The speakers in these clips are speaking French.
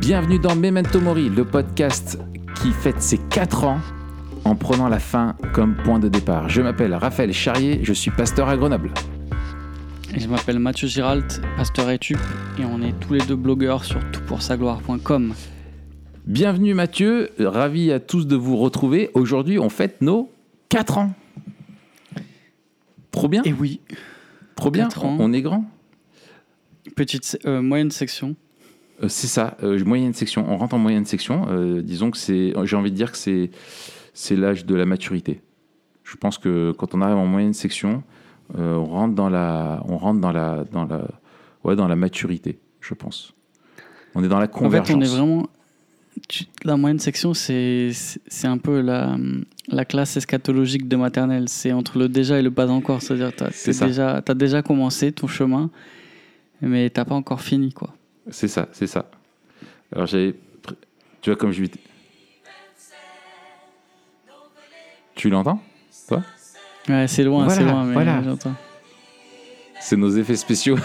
Bienvenue dans Memento Mori, le podcast qui fête ses 4 ans en prenant la fin comme point de départ. Je m'appelle Raphaël Charrier, je suis pasteur à Grenoble. Et je m'appelle Mathieu Giralt, pasteur ETUP, et on est tous les deux blogueurs sur toutpoursagloire.com. Bienvenue Mathieu, ravi à tous de vous retrouver. Aujourd'hui, on fête nos 4 ans. Trop bien. Et oui. Trop bien, on est grand. Petite moyenne section. C'est ça, moyenne section. On rentre en moyenne section. Disons que j'ai envie de dire que c'est l'âge de la maturité. Je pense que quand on arrive en moyenne section, on rentre dans la maturité, je pense. On est dans la convergence. En fait, on est vraiment... La moyenne section, c'est un peu la classe eschatologique de maternelle. C'est entre le déjà et le pas encore. C'est-à-dire t'as déjà commencé ton chemin, mais t'as pas encore fini, quoi. C'est ça. Alors tu vois comme je lui... Tu l'entends, toi ? Ouais, c'est loin, mais voilà. J'entends. C'est nos effets spéciaux.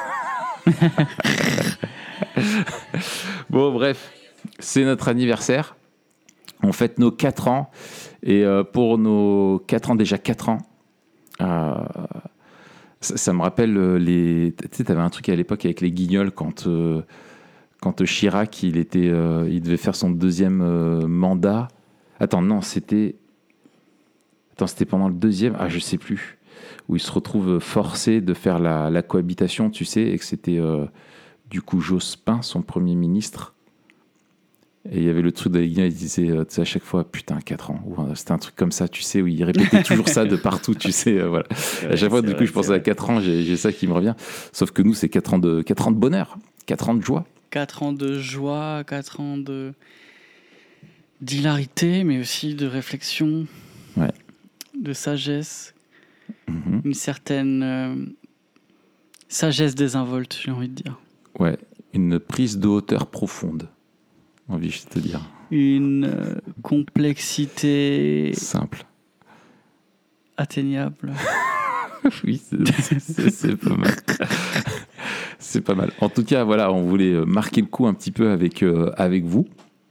Bon, bref, c'est notre anniversaire. On fête nos 4 ans. Et pour nos 4 ans, déjà 4 ans, ça me rappelle tu sais, t'avais un truc à l'époque avec les Guignols quand Chirac, il devait faire son deuxième mandat. C'était pendant le deuxième, je sais plus, où il se retrouve forcé de faire la cohabitation, tu sais, et que c'était du coup Jospin, son premier ministre. Et il y avait le truc de la Guignol, il disait, tu sais, à chaque fois, putain, 4 ans. C'était un truc comme ça, tu sais, où il répétait toujours ça de partout, tu sais, voilà. À chaque fois, du coup, je pensais à 4 ans, j'ai ça qui me revient. Sauf que nous, c'est 4 ans de bonheur, 4 ans de joie. 4 ans de joie, 4 ans d'hilarité, mais aussi de réflexion, de sagesse, une certaine sagesse désinvolte, j'ai envie de dire. Ouais, une prise de hauteur profonde. Envie de te dire. Une complexité simple, atteignable. Oui, c'est pas mal. C'est pas mal. En tout cas, voilà, on voulait marquer le coup un petit peu avec vous.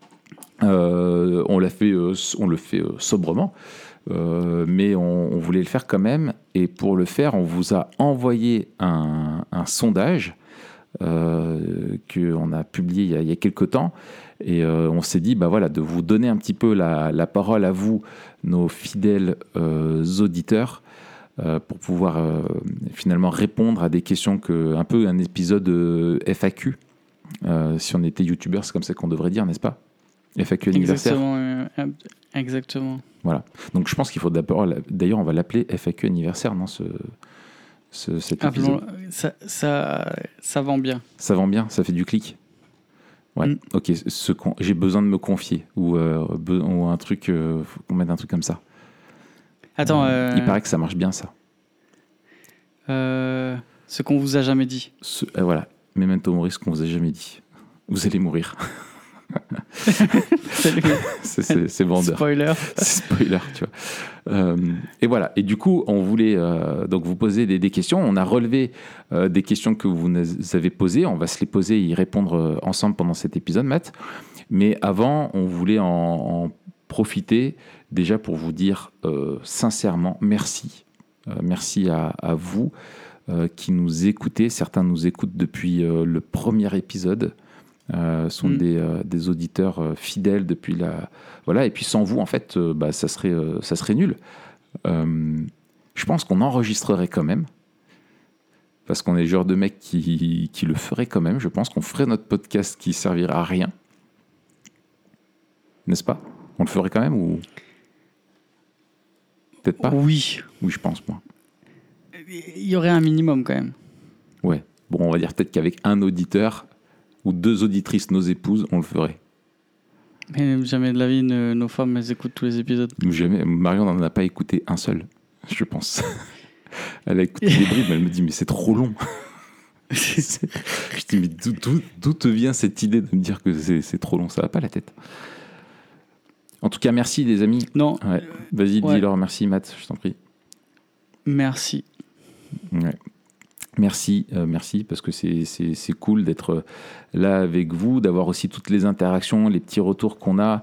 On le fait sobrement, mais on voulait le faire quand même. Et pour le faire, on vous a envoyé un sondage qu'on a publié il y a quelques temps. Et on s'est dit de vous donner un petit peu la parole à vous, nos fidèles auditeurs, pour pouvoir finalement répondre à des questions un peu un épisode FAQ. Si on était youtubeur, c'est comme ça qu'on devrait dire, n'est-ce pas ? FAQ anniversaire. Exactement. Voilà. Donc je pense qu'il faut d'ailleurs on va l'appeler FAQ anniversaire, non, cet épisode. Ça vend bien. Ça vend bien, ça fait du clic. Ouais, ok, j'ai besoin de me confier ou un truc, faut qu'on mette un truc comme ça. Attends, il paraît que ça marche bien, ça. Ce qu'on vous a jamais dit. Voilà, Memento Mori, ce qu'on vous a jamais dit. Vous allez mourir. c'est vendeur. Spoiler. C'est spoiler, tu vois. Et voilà. Et du coup, on voulait donc vous poser des questions. On a relevé des questions que vous nous avez posées. On va se les poser et y répondre ensemble pendant cet épisode, Matt. Mais avant, on voulait en profiter déjà pour vous dire sincèrement merci. Merci à vous qui nous écoutez. Certains nous écoutent depuis le premier épisode. Sont des auditeurs fidèles depuis voilà, et puis sans vous en fait ça serait nul. Je pense qu'on enregistrerait quand même parce qu'on est le genre de mec qui le ferait quand même. Je pense qu'on ferait notre podcast qui servirait à rien, n'est-ce pas? On le ferait quand même ou peut-être pas? Oui, je pense moi. Il y aurait un minimum quand même. Ouais, bon, on va dire peut-être qu'avec un auditeur ou 2 auditrices, nos épouses, on le ferait. Mais jamais de la vie, nos femmes, elles écoutent tous les épisodes. Jamais. Marion n'en a pas écouté un seul, je pense. Elle a écouté des bribes, mais elle me dit, mais c'est trop long. Je dis, mais d'où te vient cette idée de me dire que c'est trop long? Ça va pas la tête. En tout cas, merci les amis. Non. Ouais. Vas-y, dis-leur merci, Matt, je t'en prie. Merci. Ouais. Merci, parce que c'est cool d'être là avec vous, d'avoir aussi toutes les interactions, les petits retours qu'on a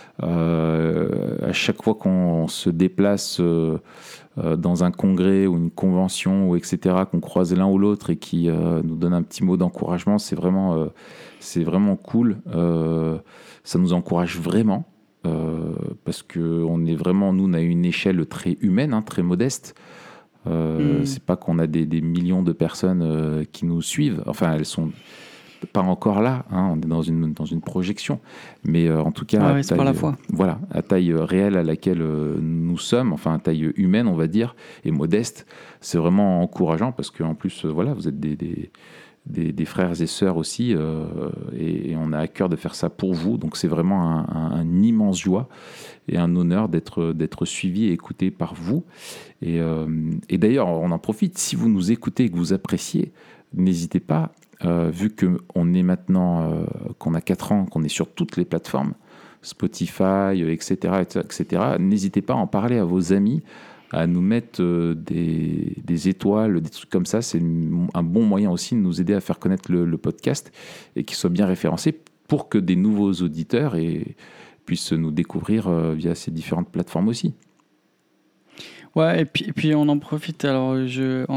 à chaque fois qu'on se déplace dans un congrès ou une convention, ou etc., qu'on croise l'un ou l'autre et qui nous donne un petit mot d'encouragement. C'est vraiment cool. Ça nous encourage vraiment parce qu'on est vraiment, nous, on a une échelle très humaine, très modeste. C'est pas qu'on a des millions de personnes qui nous suivent. Enfin, elles sont pas encore là. On est dans une projection. Mais en tout cas, c'est par la foi. Voilà, à taille réelle à laquelle nous sommes, enfin à taille humaine, on va dire, et modeste, c'est vraiment encourageant parce qu'en plus, voilà, vous êtes des frères et sœurs aussi, et on a à cœur de faire ça pour vous. Donc c'est vraiment un immense joie et un honneur d'être suivi et écouté par vous. Et d'ailleurs, on en profite, si vous nous écoutez et que vous appréciez, n'hésitez pas, vu qu'on est maintenant, qu'on a 4 ans, qu'on est sur toutes les plateformes, Spotify, etc., n'hésitez pas à en parler à vos amis, à nous mettre des étoiles, des trucs comme ça. C'est un bon moyen aussi de nous aider à faire connaître le podcast et qu'il soit bien référencé pour que des nouveaux auditeurs puissent nous découvrir via ces différentes plateformes aussi. Ouais, et puis on en profite. Alors, je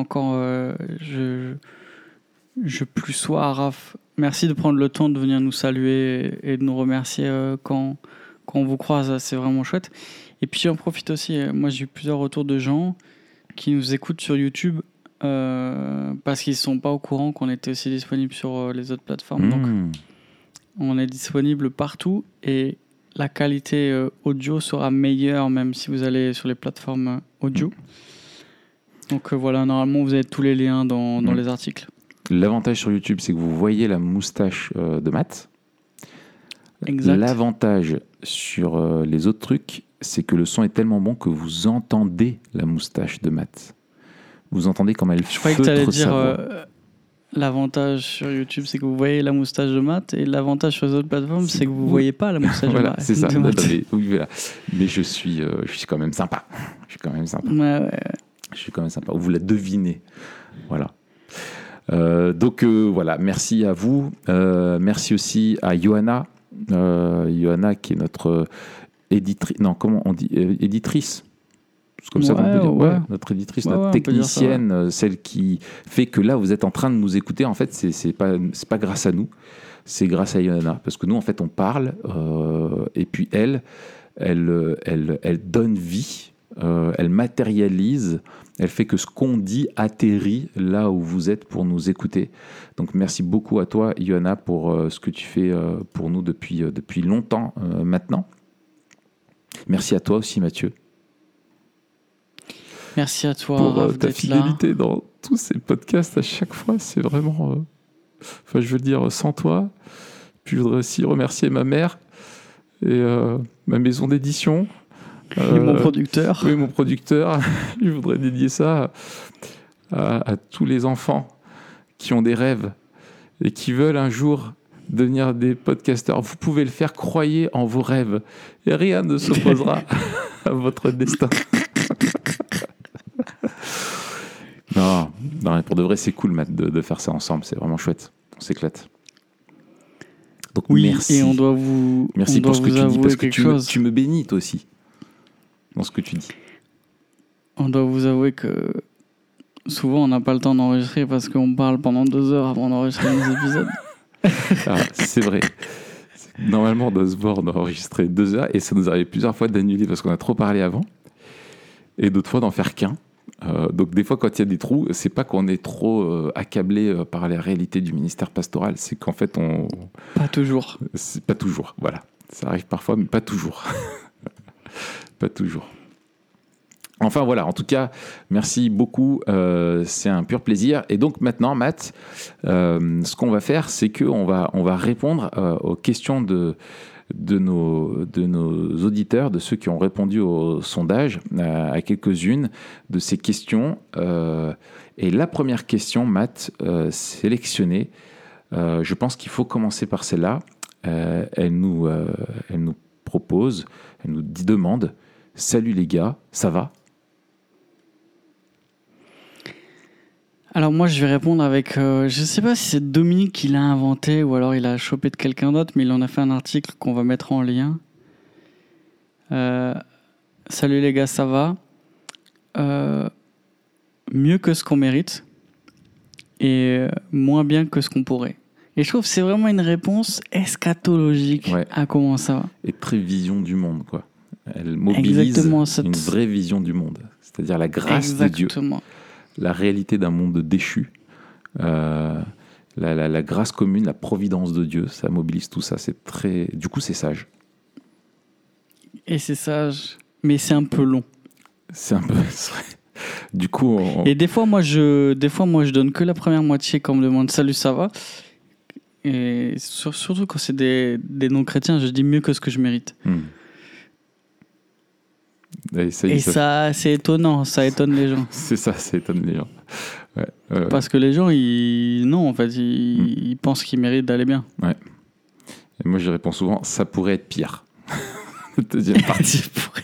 plus sois, Raph. Merci de prendre le temps de venir nous saluer et de nous remercier quand on vous croise. C'est vraiment chouette. Et puis j'en profite aussi. Moi, j'ai eu plusieurs retours de gens qui nous écoutent sur YouTube parce qu'ils ne sont pas au courant qu'on était aussi disponible sur les autres plateformes. Donc, on est disponible partout et la qualité audio sera meilleure même si vous allez sur les plateformes audio. Donc voilà, normalement, vous avez tous les liens dans les articles. L'avantage sur YouTube, c'est que vous voyez la moustache de Matt. Exact. L'avantage sur les autres trucs, c'est que le son est tellement bon que vous entendez la moustache de Matt. Vous entendez comme elle feutre sa voix. Je croyais que tu allais dire l'avantage sur YouTube, c'est que vous voyez la moustache de Matt, et l'avantage sur les autres plateformes, c'est que vous ne voyez pas la moustache voilà, de Matt. C'est ça. Mais je suis quand même sympa. Ouais. Je suis quand même sympa. Vous la devinez. Voilà. Donc voilà, merci à vous. Merci aussi à Johanna. Johanna qui est notre éditrice. Non, comment on dit éditrice. C'est comme ça qu'on peut dire. Ouais, notre éditrice, notre technicienne, celle qui fait que là, vous êtes en train de nous écouter. En fait, c'est pas grâce à nous, c'est grâce à Johanna. Parce que nous, en fait, on parle et puis elle donne vie, elle matérialise. Elle fait que ce qu'on dit atterrit là où vous êtes pour nous écouter. Donc merci beaucoup à toi, Johanna, pour ce que tu fais pour nous depuis longtemps maintenant. Merci à toi aussi, Mathieu. Merci à toi, pour Raph, ta fidélité dans tous ces podcasts à chaque fois. C'est vraiment... Enfin, je veux dire, sans toi. Puis je voudrais aussi remercier ma mère et ma maison d'édition. Et mon producteur. Oui, mon producteur. Je voudrais dédier ça à tous les enfants qui ont des rêves et qui veulent un jour devenir des podcasteurs. Vous pouvez le faire, croyez en vos rêves et rien ne s'opposera à votre destin. Non, pour de vrai, c'est cool, Matt, de faire ça ensemble. C'est vraiment chouette. On s'éclate. Donc, merci. Et on doit vous merci pour ce que tu dis, parce que tu me bénis, toi aussi, dans ce que tu dis. On doit vous avouer que souvent, on n'a pas le temps d'enregistrer parce qu'on parle pendant 2 heures avant d'enregistrer les épisodes. C'est vrai. Normalement, on doit se voir, d'enregistrer 2 heures, et ça nous arrive plusieurs fois d'annuler parce qu'on a trop parlé avant, et d'autres fois d'en faire qu'un. Donc des fois quand il y a des trous, c'est pas qu'on est trop accablé par la réalité du ministère pastoral, c'est qu'en fait on... Pas toujours. C'est pas toujours, voilà. Ça arrive parfois, mais pas toujours. Pas toujours. Enfin voilà, en tout cas, merci beaucoup, c'est un pur plaisir. Et donc maintenant, Matt, ce qu'on va faire, c'est qu'on va répondre aux questions de nos auditeurs, de ceux qui ont répondu au sondage, à quelques-unes de ces questions. Et la première question, Matt, sélectionnée, je pense qu'il faut commencer par celle-là. Elle nous propose, elle nous demande « Salut les gars, ça va ?» Alors moi, je vais répondre avec... je sais pas si c'est Dominique qui l'a inventé ou alors il a chopé de quelqu'un d'autre, mais il en a fait un article qu'on va mettre en lien. Salut les gars, ça va? Mieux que ce qu'on mérite et moins bien que ce qu'on pourrait. Et je trouve que c'est vraiment une réponse eschatologique à comment ça va. Et très vision du monde, quoi. Elle mobilise une vraie vision du monde. C'est-à-dire la grâce de Dieu. La réalité d'un monde déchu. La grâce commune, la providence de Dieu, ça mobilise tout ça. C'est très... Du coup, c'est sage. Et c'est sage, mais c'est un peu long. C'est un peu... Du coup... Et des fois, moi, je donne que la première moitié quand on me demande « Salut, ça va ?» Et surtout quand c'est des non-chrétiens, je dis mieux que ce que je mérite. Et ça, c'est étonnant, ça étonne les gens. C'est ça étonne les gens. Parce que les gens, ils pensent qu'ils méritent d'aller bien. Ouais. Et moi, je réponds souvent, ça pourrait être pire. Deuxième partie.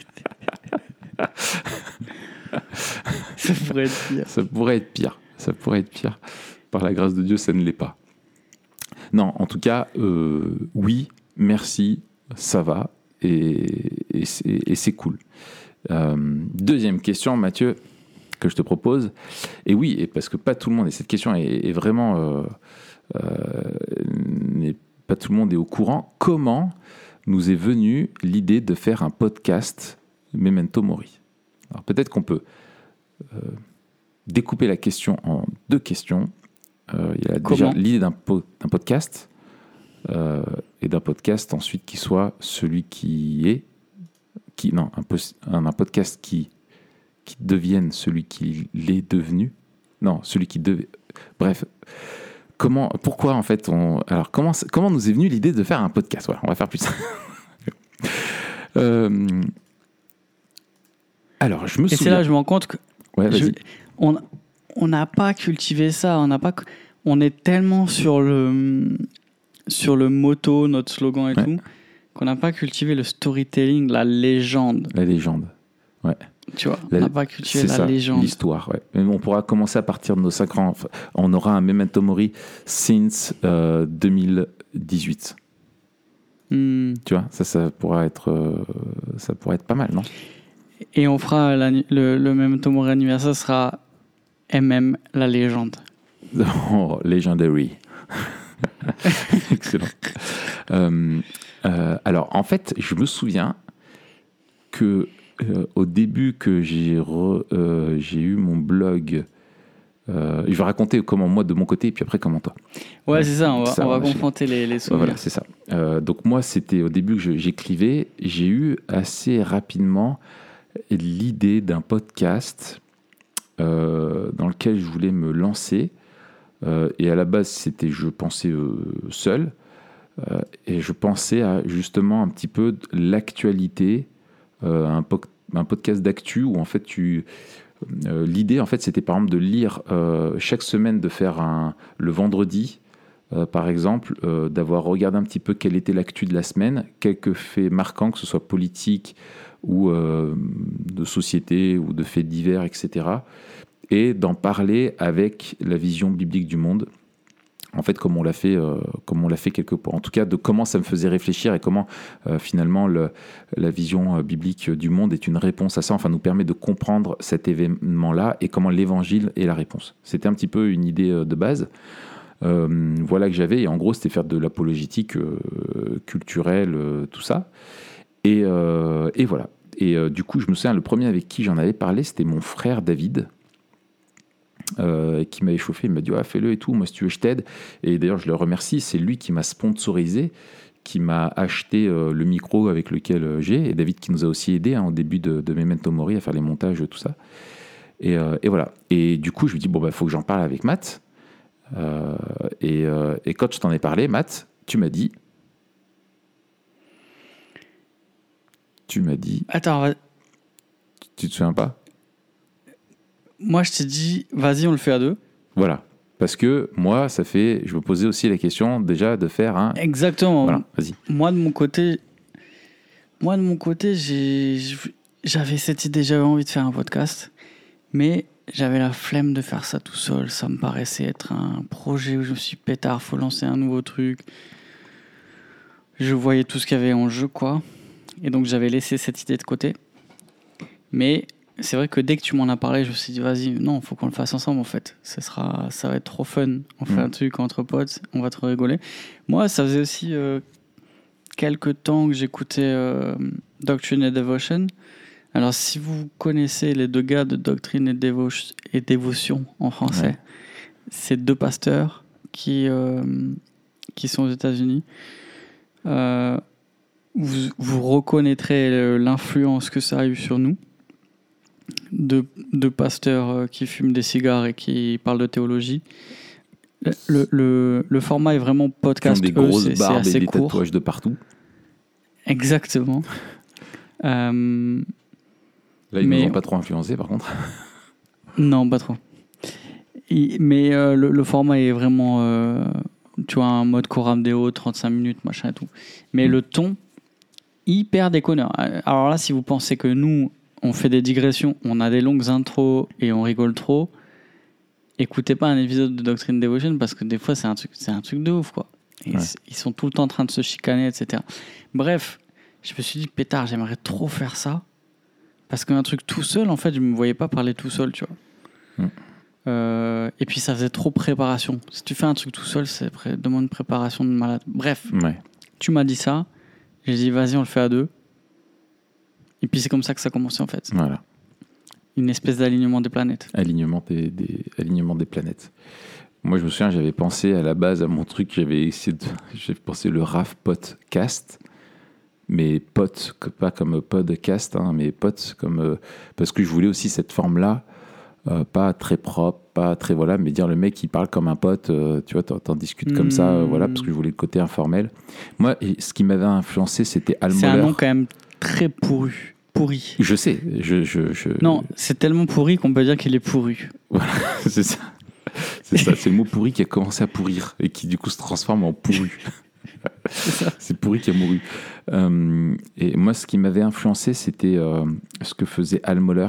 Ça pourrait être pire. Ça pourrait être pire. Ça pourrait être pire. Par la grâce de Dieu, ça ne l'est pas. Non, en tout cas, oui, merci, ça va, et c'est cool. Deuxième question, Mathieu, que je te propose. Et oui, et parce que pas tout le monde, et cette question est vraiment... pas tout le monde est au courant. Comment nous est venue l'idée de faire un podcast Memento Mori? Alors peut-être qu'on peut découper la question en deux questions. Il y a déjà l'idée d'un podcast et d'un podcast ensuite qui soit celui qui est... un podcast qui devienne celui qui l'est devenu. Non, celui qui devait... Bref, pourquoi en fait alors comment nous est venue l'idée de faire un podcast? Voilà, on va faire plus ça. Alors, je me souviens... Et c'est là que je me rends compte que on n'a pas cultivé ça, on est tellement sur le motto, notre slogan et tout, qu'on n'a pas cultivé le storytelling, la légende. La légende, ouais. Tu vois, on n'a pas cultivé la légende. L'histoire, ouais. Mais on pourra commencer à partir de nos 5 ans. On aura un Memento Mori since 2018. Tu vois, ça pourra être pas mal, non? Et on fera le Memento Mori anniversaire sera MM, la légende. Oh, legendary. Excellent. Alors, en fait, je me souviens que au début que j'ai eu mon blog, je vais raconter comment moi de mon côté et puis après comment toi. Ouais, c'est ça, on va confronter les souvenirs. Voilà, c'est ça. Donc moi, c'était au début que j'écrivais, j'ai eu assez rapidement l'idée d'un podcast dans lequel je voulais me lancer. Et à la base, je pensais seul. Et je pensais à justement un petit peu l'actualité, un podcast d'actu où en fait l'idée en fait c'était par exemple de lire chaque semaine, de faire le vendredi par exemple, d'avoir regardé un petit peu quelle était l'actu de la semaine, quelques faits marquants, que ce soit politique ou de société ou de faits divers, etc. Et d'en parler avec la vision biblique du monde. En fait, comme on l'a fait quelque part. En tout cas, de comment ça me faisait réfléchir et comment finalement la vision biblique du monde est une réponse à ça. Enfin, nous permet de comprendre cet événement-là et comment l'évangile est la réponse. C'était un petit peu une idée de base. Voilà que j'avais. Et en gros, c'était faire de l'apologétique culturelle, tout ça. Et voilà. Et du coup, je me souviens, le premier avec qui j'en avais parlé, c'était mon frère David. Qui m'avait chauffé, il m'a dit fais-le et tout, moi si tu veux je t'aide. Et d'ailleurs je le remercie, c'est lui qui m'a sponsorisé, qui m'a acheté le micro avec lequel j'ai, et David qui nous a aussi aidé au début de Memento Mori à faire les montages, tout ça. Et voilà. Et du coup je me dis faut que j'en parle avec Matt. Et quand je t'en ai parlé, Matt, tu m'as dit. Attends, tu te souviens pas? Moi, je t'ai dit, vas-y, on le fait à deux. Voilà. Parce que moi, je me posais aussi la question déjà de faire un... Exactement. Voilà, vas-y. Moi, de mon côté, j'avais cette idée, j'avais envie de faire un podcast. Mais j'avais la flemme de faire ça tout seul. Ça me paraissait être un projet où je me suis dit, pétard, faut lancer un nouveau truc. Je voyais tout ce qu'il y avait en jeu, quoi. Et donc, j'avais laissé cette idée de côté. Mais c'est vrai que dès que tu m'en as parlé, je me suis dit, vas-y, non, faut qu'on le fasse ensemble, en fait. Ça va être trop fun. On fait un truc entre potes, on va trop rigoler. Moi, ça faisait aussi quelques temps que j'écoutais Doctrine et Devotion. Alors, si vous connaissez les deux gars de Doctrine et Dévotion en français, c'est deux pasteurs qui sont aux États-Unis. Vous reconnaîtrez l'influence que ça a eu sur nous. Deux pasteurs qui fument des cigares et qui parlent de théologie. Le format est vraiment podcast. Qui ont des grosses barbes et des tatouages de partout. Exactement. Là, ils ne nous ont pas trop influencés, par contre. Non, pas trop. Mais le format est vraiment... tu vois, un mode Coram Deo, 35 minutes, machin et tout. Mais le ton, hyper déconneur. Alors là, si vous pensez que nous, on fait des digressions, on a des longues intros et on rigole trop, écoutez pas un épisode de Doctrine Devotion parce que des fois, c'est un truc de ouf, quoi. Ils sont tout le temps en train de se chicaner, etc. Bref, je me suis dit, pétard, j'aimerais trop faire ça. Parce qu'un truc tout seul, en fait, je me voyais pas parler tout seul, tu vois. Et puis ça faisait trop préparation. Si tu fais un truc tout seul, ça demande une préparation de malade. Bref, tu m'as dit ça. J'ai dit, vas-y, on le fait à deux. Et puis c'est comme ça que ça a commencé, en fait. Voilà. Une espèce d'alignement des planètes. Alignement des planètes. Moi, je me souviens, j'avais pensé à la base à mon truc, j'avais pensé le RAF podcast. Mais potes, pas comme podcast, hein, mais potes comme parce que je voulais aussi cette forme-là, pas très propre, pas très voilà, mais dire le mec il parle comme un pote, tu vois, t'en discutes comme ça, voilà, parce que je voulais le côté informel. Moi, ce qui m'avait influencé, c'était Al Mohler. C'est un nom quand même très pourri. Je sais, Non, c'est tellement pourri qu'on peut dire qu'il est pourri. Voilà, c'est ça. C'est le mot pourri qui a commencé à pourrir et qui du coup se transforme en pourru. C'est pourri qui a mouru. Et moi, ce qui m'avait influencé, c'était ce que faisait Al Mohler.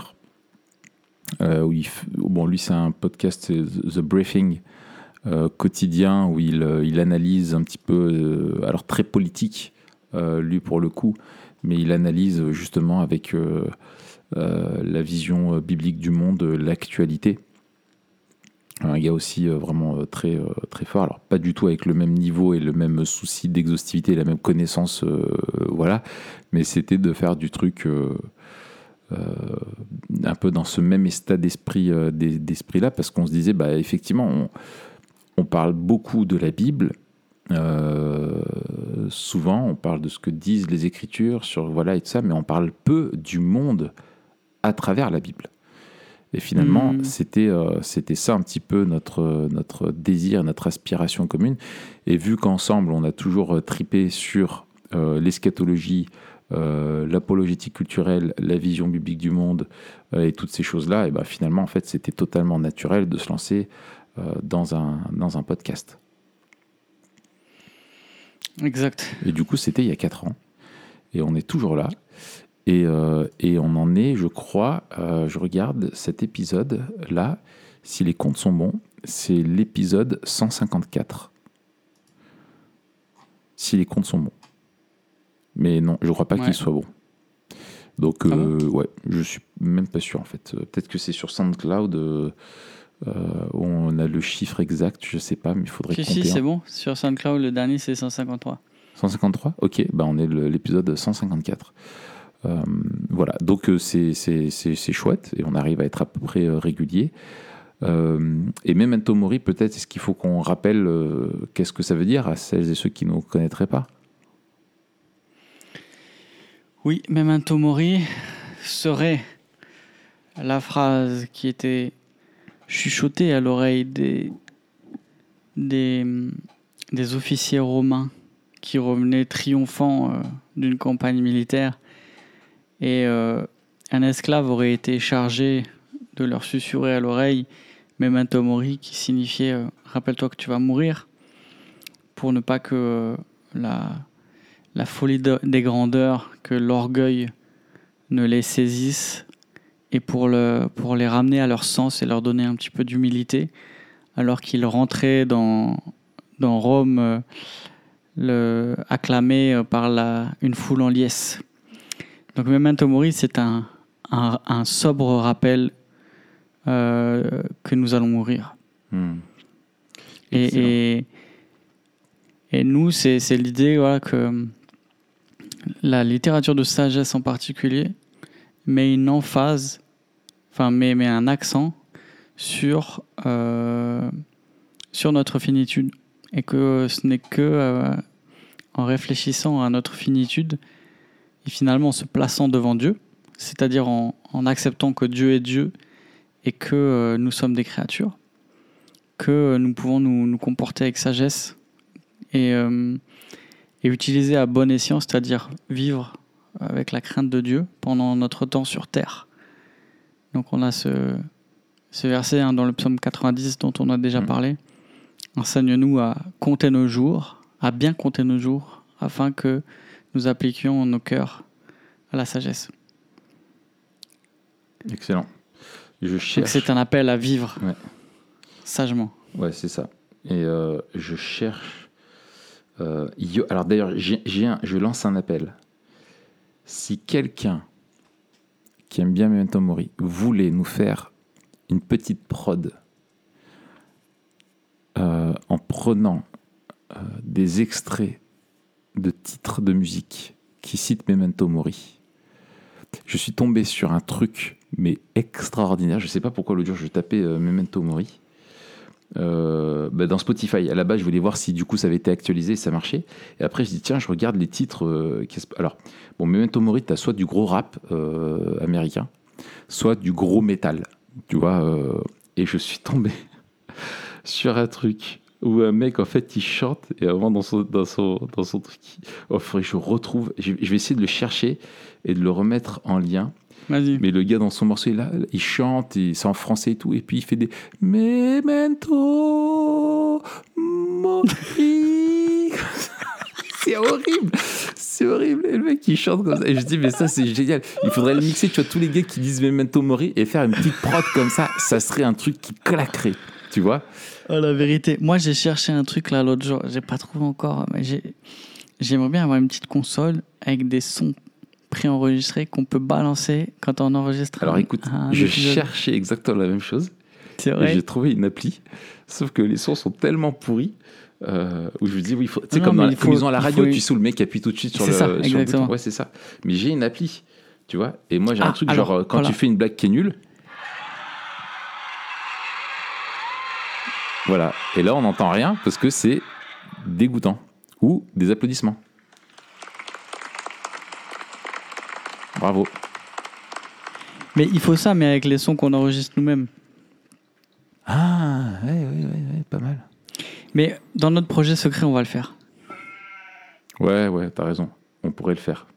Lui, c'est un podcast, The Briefing, quotidien, où il analyse un petit peu, alors très politique, lui pour le coup, mais il analyse justement avec la vision biblique du monde, l'actualité. Un gars aussi vraiment très, très fort. Alors, pas du tout avec le même niveau et le même souci d'exhaustivité, la même connaissance, voilà. Mais c'était de faire du truc un peu dans ce même état d'esprit-là, parce qu'on se disait, bah, effectivement, on parle beaucoup de la Bible. Souvent, on parle de ce que disent les Écritures, et tout ça, mais on parle peu du monde à travers la Bible. Et finalement, c'était ça un petit peu notre désir, notre aspiration commune. Et vu qu'ensemble, on a toujours tripé sur l'eschatologie, l'apologétique culturelle, la vision biblique du monde et toutes ces choses-là, et ben finalement, en fait, c'était totalement naturel de se lancer dans un podcast. Exact. Et du coup, c'était il y a 4 ans. Et on est toujours là. Et on en est, je crois, je regarde cet épisode-là, si les comptes sont bons, c'est l'épisode 154. Si les comptes sont bons. Mais non, je ne crois pas qu'il soit bon. Donc, je ne suis même pas sûr, en fait. Peut-être que c'est sur SoundCloud, où on a le chiffre exact, je ne sais pas, mais il faudrait compter. Si, c'est bon. Sur SoundCloud, le dernier, c'est 153. 153 ? Ok, on est l'épisode 154. Voilà, donc c'est chouette et on arrive à être à peu près régulier. Et Memento Mori, peut-être, est-ce qu'il faut qu'on rappelle qu'est-ce que ça veut dire à celles et ceux qui ne nous connaîtraient pas ? Oui, Memento Mori serait la phrase qui était chuchotée à l'oreille des officiers romains qui revenaient triomphants d'une campagne militaire. Et un esclave aurait été chargé de leur susurrer à l'oreille Memento Mori, qui signifiait rappelle-toi que tu vas mourir, pour ne pas que la folie des grandeurs, que l'orgueil ne les saisisse et pour les ramener à leur sens et leur donner un petit peu d'humilité, alors qu'ils rentraient dans Rome, acclamés par une foule en liesse. Donc Memento Mori, c'est un sobre rappel que nous allons mourir. Et nous, c'est l'idée, voilà, que la littérature de sagesse en particulier met une emphase, met un accent sur notre finitude, et que ce n'est que en réfléchissant à notre finitude et finalement en se plaçant devant Dieu, c'est-à-dire en acceptant que Dieu est Dieu et que nous sommes des créatures, que nous pouvons nous comporter avec sagesse et utiliser à bon escient, c'est-à-dire vivre avec la crainte de Dieu pendant notre temps sur terre. Donc on a ce verset dans le psaume 90 dont on a déjà parlé. Enseigne-nous à compter nos jours, à bien compter nos jours, afin que nous appliquions nos cœurs à la sagesse. Excellent. Donc c'est un appel à vivre sagement. Ouais, c'est ça. Et je cherche... alors d'ailleurs, je lance un appel. Si quelqu'un qui aime bien Memento Mori voulait nous faire une petite prod en prenant des extraits de titres de musique qui citent Memento Mori, je suis tombé sur un truc mais extraordinaire. Je ne sais pas pourquoi l'autre jour je tapais Memento Mori dans Spotify. À la base, je voulais voir si du coup ça avait été actualisé, ça marchait. Et après, je dis tiens, je regarde les titres. Alors, Memento Mori, t'as soit du gros rap américain, soit du gros métal, tu vois. Et je suis tombé sur un truc où un mec en fait il chante et avant dans son truc. Oh, faudrait que je retrouve. Je vais essayer de le chercher et de le remettre en lien. Vas-y. Mais le gars dans son morceau, il chante, c'est en français et tout, et puis il fait des Memento Mori. C'est horrible. Et le mec il chante comme ça. Et je dis, mais ça c'est génial. Il faudrait le mixer, tu vois, tous les gars qui disent Memento Mori et faire une petite prod comme ça serait un truc qui claquerait, tu vois. Oh, la vérité. Moi j'ai cherché un truc là l'autre jour, j'ai pas trouvé encore, mais j'aimerais bien avoir une petite console avec des sons préenregistré qu'on peut balancer quand on enregistre. Alors écoute, je cherchais exactement la même chose. C'est vrai. Et j'ai trouvé une appli, sauf que les sons sont tellement pourris où je me dis oui, tu sais comme ils ont à la radio, tu sais où le mec appuie tout de suite sur le bouton. Ouais, c'est ça. Mais j'ai une appli, tu vois. Et moi j'ai un truc genre quand tu fais une blague qui est nulle. Voilà. Et là on n'entend rien parce que c'est dégoûtant ou des applaudissements. Bravo. Mais il faut ça, mais avec les sons qu'on enregistre nous-mêmes. Ah, ouais, pas mal. Mais dans notre projet secret, on va le faire. Ouais, t'as raison. On pourrait le faire,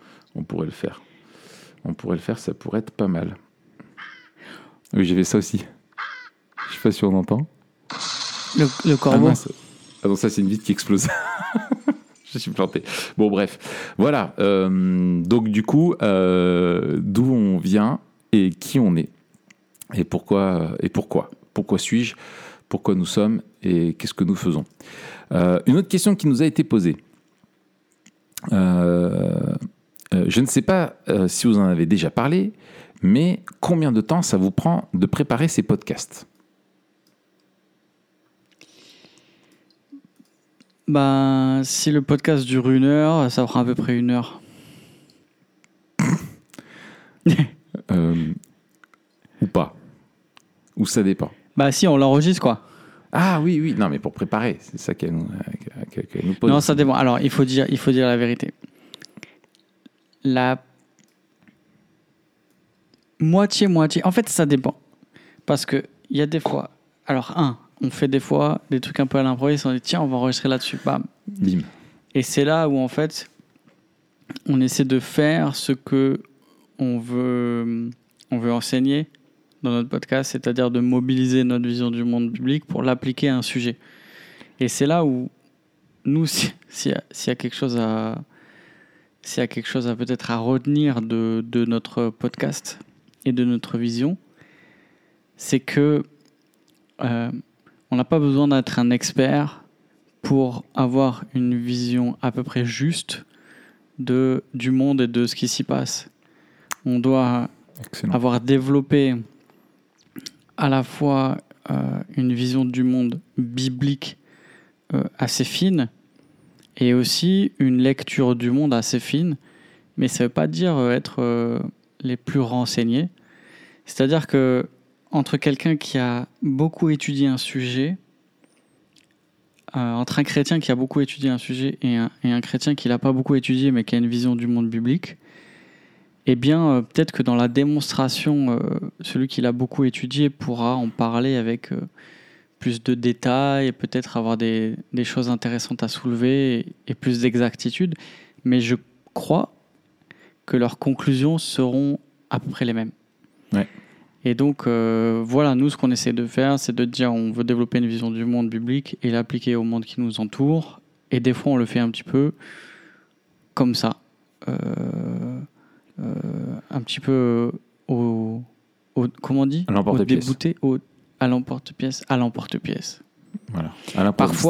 ça pourrait être pas mal. Oui, j'ai fait ça aussi. Je sais pas si on entend. Le corbeau. Ah non, ça c'est une vitre qui explose. Je suis planté. Bon, bref. Voilà. Donc, du coup, d'où on vient et qui on est. Et pourquoi. Pourquoi suis-je ? Pourquoi nous sommes et qu'est-ce que nous faisons ? Une autre question qui nous a été posée. Je ne sais pas si vous en avez déjà parlé, mais combien de temps ça vous prend de préparer ces podcasts ? Si le podcast dure 1 heure, ça fera à peu près 1 heure. Ou pas. Ou ça dépend. Si, on l'enregistre, quoi. Ah oui. Non, mais pour préparer, c'est ça qu'elle nous pose. Non, ça dépend. Alors, il faut dire la vérité. La moitié. En fait, ça dépend. Parce qu'il y a des fois... Alors, on fait des fois des trucs un peu à l'improviste, on dit tiens, on va enregistrer là-dessus. Bam. Bim. Et c'est là où en fait, on essaie de faire ce que on veut enseigner dans notre podcast, c'est-à-dire de mobiliser notre vision du monde public pour l'appliquer à un sujet. Et c'est là où nous, s'il y a quelque chose à peut-être à retenir de notre podcast et de notre vision, c'est que on n'a pas besoin d'être un expert pour avoir une vision à peu près juste du monde et de ce qui s'y passe. On doit avoir développé à la fois une vision du monde biblique assez fine et aussi une lecture du monde assez fine, mais ça ne veut pas dire être les plus renseignés. C'est-à-dire que entre quelqu'un qui a beaucoup étudié un sujet, entre un chrétien qui a beaucoup étudié un sujet et un chrétien qui l'a pas beaucoup étudié mais qui a une vision du monde biblique, eh bien, peut-être que dans la démonstration, celui qui l'a beaucoup étudié pourra en parler avec plus de détails et peut-être avoir des choses intéressantes à soulever et plus d'exactitude. Mais je crois que leurs conclusions seront à peu près les mêmes. Ouais. Et donc, voilà, nous, ce qu'on essaie de faire, c'est de dire on veut développer une vision du monde biblique et l'appliquer au monde qui nous entoure. Et des fois, on le fait un petit peu comme ça. Un petit peu comment on dit ? À l'emporte-pièce. Au débouté, à l'emporte-pièce. À l'emporte-pièce. Voilà. À l'improviste.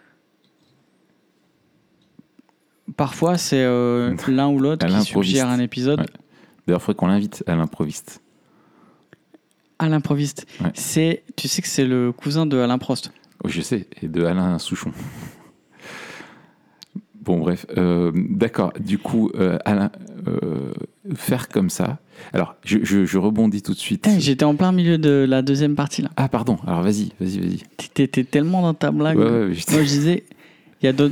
Parfois, c'est l'un ou l'autre qui suggère un épisode. Ouais. D'ailleurs, il faudrait qu'on l'invite à l'improviste. À l'improviste. Ouais. Tu sais que c'est le cousin de Alain Prost. Oh, je sais, et de Alain Souchon. Bon, bref. D'accord. Du coup, Alain, faire comme ça. Alors, je rebondis tout de suite. J'étais en plein milieu de la deuxième partie, là. Ah, pardon. Alors, vas-y. T'étais tellement dans ta blague. Ouais, moi, je disais, il y a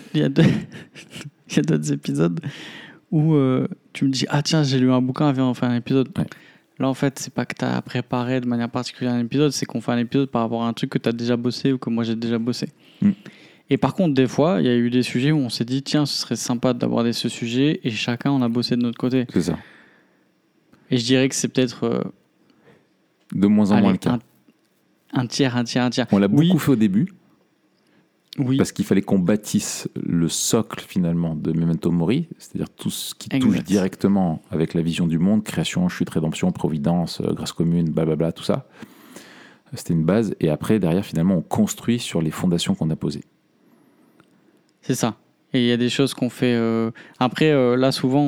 d'autres épisodes où tu me dis, ah tiens, j'ai lu un bouquin, viens, on fait un épisode. Ouais. Là, en fait, c'est pas que tu as préparé de manière particulière un épisode, c'est qu'on fait un épisode par rapport à un truc que tu as déjà bossé ou que moi j'ai déjà bossé. Et par contre, des fois, il y a eu des sujets où on s'est dit, tiens, ce serait sympa d'aborder ce sujet, et chacun, on a bossé de notre côté. C'est ça. Et je dirais que c'est peut-être... de moins en moins le cas. Un tiers. On l'a beaucoup fait au début. Oui. Parce qu'il fallait qu'on bâtisse le socle finalement de Memento Mori, c'est-à-dire tout ce qui touche directement avec la vision du monde, création, chute, rédemption, providence, grâce commune, blablabla, tout ça. C'était une base. Et après, derrière, finalement, on construit sur les fondations qu'on a posées. C'est ça. Et il y a des choses qu'on fait... Après, là, souvent,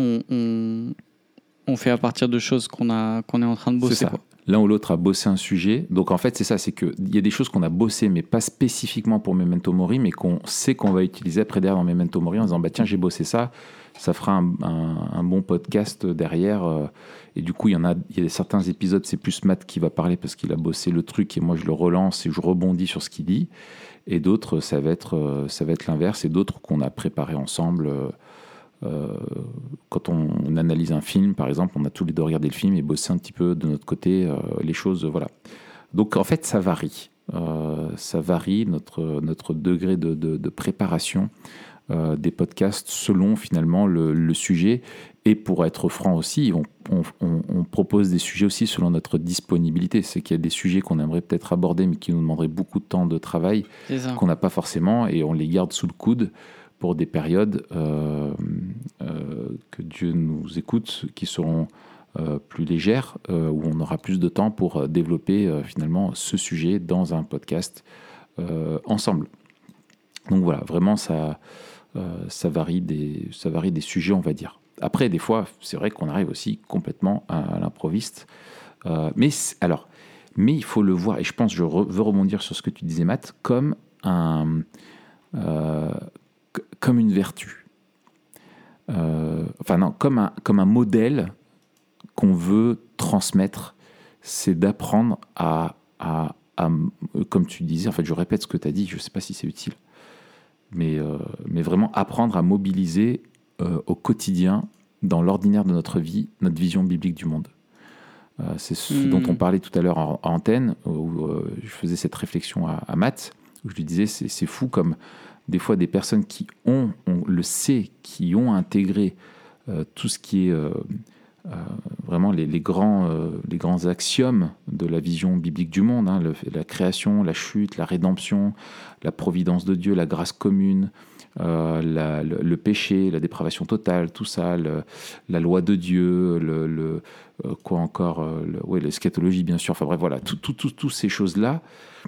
on fait à partir de choses qu'on est en train de bosser. C'est ça. L'un ou l'autre a bossé un sujet. Donc en fait, c'est ça, c'est qu'il y a des choses qu'on a bossé, mais pas spécifiquement pour Memento Mori, mais qu'on sait qu'on va utiliser après derrière dans Memento Mori en disant, bah tiens, j'ai bossé ça, ça fera un bon podcast derrière. Et du coup, il y a certains épisodes, c'est plus Matt qui va parler parce qu'il a bossé le truc et moi je le relance et je rebondis sur ce qu'il dit. Et d'autres, ça va être l'inverse, et d'autres qu'on a préparé ensemble. Quand on analyse un film, par exemple, on a tous les deux regardé le film et bossé un petit peu de notre côté les choses, voilà. Donc en fait, ça varie. Ça varie notre degré de préparation des podcasts selon finalement le sujet. Et pour être franc aussi, on propose des sujets aussi selon notre disponibilité. C'est qu'il y a des sujets qu'on aimerait peut-être aborder, mais qui nous demanderaient beaucoup de temps de travail, qu'on n'a pas forcément, et on les garde sous le coude pour des périodes que Dieu nous écoute, qui seront plus légères, où on aura plus de temps pour développer finalement ce sujet dans un podcast ensemble. Donc voilà, vraiment ça varie des sujets, on va dire. Après, des fois, c'est vrai qu'on arrive aussi complètement à l'improviste. Mais il faut le voir, et je pense, je veux rebondir sur ce que tu disais, Matt, comme une vertu. Comme un modèle qu'on veut transmettre, c'est d'apprendre à comme tu disais, en fait, je répète ce que tu as dit, je ne sais pas si c'est utile, mais vraiment apprendre à mobiliser au quotidien, dans l'ordinaire de notre vie, notre vision biblique du monde. C'est ce dont on parlait tout à l'heure en antenne, où je faisais cette réflexion à Matt, où je lui disais, c'est fou comme des fois des personnes qui on le sait, qui ont intégré tout ce qui est vraiment les grands axiomes de la vision biblique du monde, la création, la chute, la rédemption, la providence de Dieu, la grâce commune, le péché, la dépravation totale, tout ça, la loi de Dieu, quoi encore, l'eschatologie bien sûr, enfin bref, voilà, toutes ces choses-là,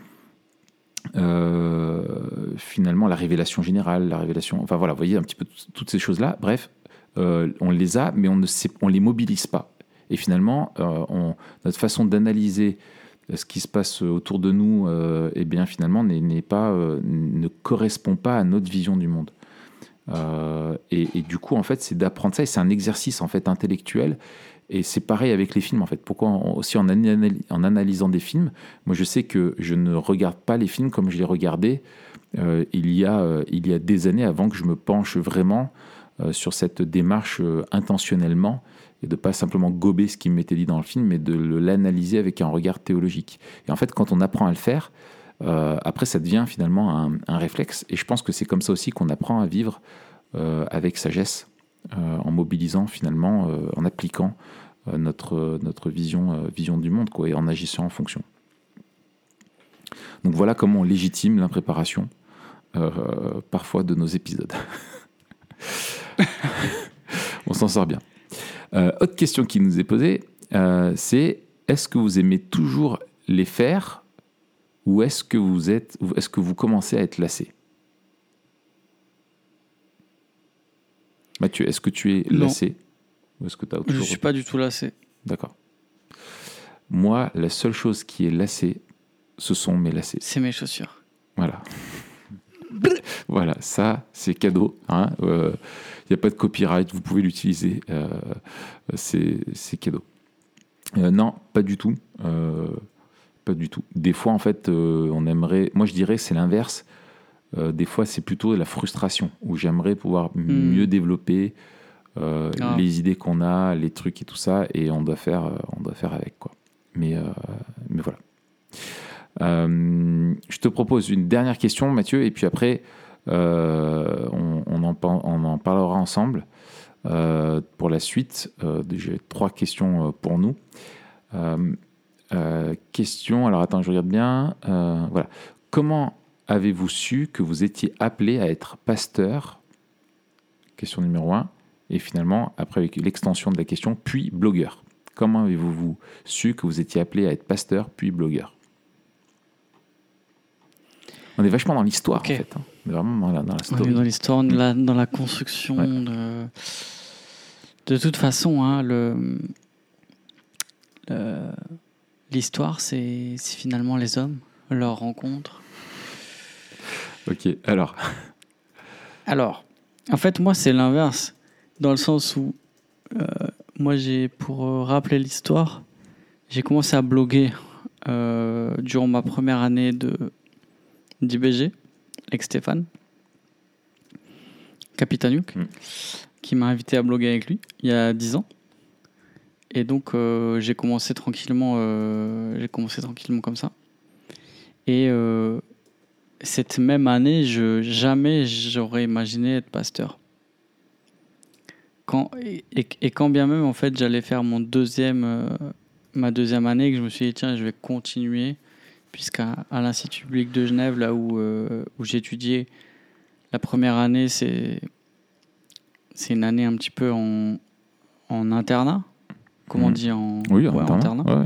finalement la révélation générale, enfin voilà, vous voyez un petit peu toutes ces choses-là, bref, on les a, mais on les mobilise pas. Et finalement, notre façon d'analyser ce qui se passe autour de nous, eh bien finalement ne correspond pas à notre vision du monde. Et du coup, en fait, c'est d'apprendre ça, et c'est un exercice en fait intellectuel. Et c'est pareil avec les films, en fait. Pourquoi aussi en analysant des films, moi je sais que je ne regarde pas les films comme je les regardais il y a des années, avant que je me penche vraiment sur cette démarche intentionnellement, et de pas simplement gober ce qui m'était dit dans le film, mais de l'analyser avec un regard théologique. Et en fait, quand on apprend à le faire, après ça devient finalement un réflexe. Et je pense que c'est comme ça aussi qu'on apprend à vivre avec sagesse, en mobilisant finalement, en appliquant notre vision du monde, quoi, et en agissant en fonction. Donc voilà comment on légitime l'impréparation parfois de nos épisodes. On s'en sort bien. Autre question qui nous est posée, c'est: est-ce que vous aimez toujours les faire, ou est-ce que vous commencez à être lassé? Mathieu, est-ce que tu es lassé? Ou est-ce que tu as Je ne suis pas du tout lassé. D'accord. Moi, la seule chose qui est lassée, ce sont mes lacets. C'est mes chaussures. Voilà. Voilà, ça, c'est cadeau. Il n'y a pas de copyright, vous pouvez l'utiliser. C'est cadeau. Non, pas du tout. Pas du tout. Des fois, en fait, on aimerait... Moi, je dirais que c'est l'inverse. Des fois, c'est plutôt la frustration, où j'aimerais pouvoir mieux développer les idées qu'on a, les trucs et tout ça, et on doit faire avec, quoi. Mais voilà. Je te propose une dernière question, Mathieu, et puis après, on en parlera ensemble pour la suite. J'ai 3 questions pour nous. Question, alors attends, je regarde bien. Voilà. Comment avez-vous su que vous étiez appelé à être pasteur? Question numéro 1. Et finalement, après, avec l'extension de la question, puis blogueur. Comment avez-vous su que vous étiez appelé à être pasteur, puis blogueur? On est vachement dans l'histoire, en fait. On est vraiment dans la story. On est dans l'histoire, dans la construction. Ouais. De toute façon, l'histoire, c'est finalement les hommes, leur rencontre. Ok, alors, en fait, moi, c'est l'inverse. Dans le sens où, moi, pour rappeler l'histoire, j'ai commencé à bloguer durant ma première année d'IBG, avec Stéphane Capitaniuk, qui m'a invité à bloguer avec lui il y a 10 ans. Et donc, j'ai commencé tranquillement comme ça. Et cette même année, jamais j'aurais imaginé être pasteur. Quand bien même, en fait, j'allais faire ma deuxième année, que je me suis dit, tiens, je vais continuer, puisqu'à l'Institut biblique de Genève, là où j'étudiais, la première année, c'est une année un petit peu en internat, comme on dit en internat. Ouais.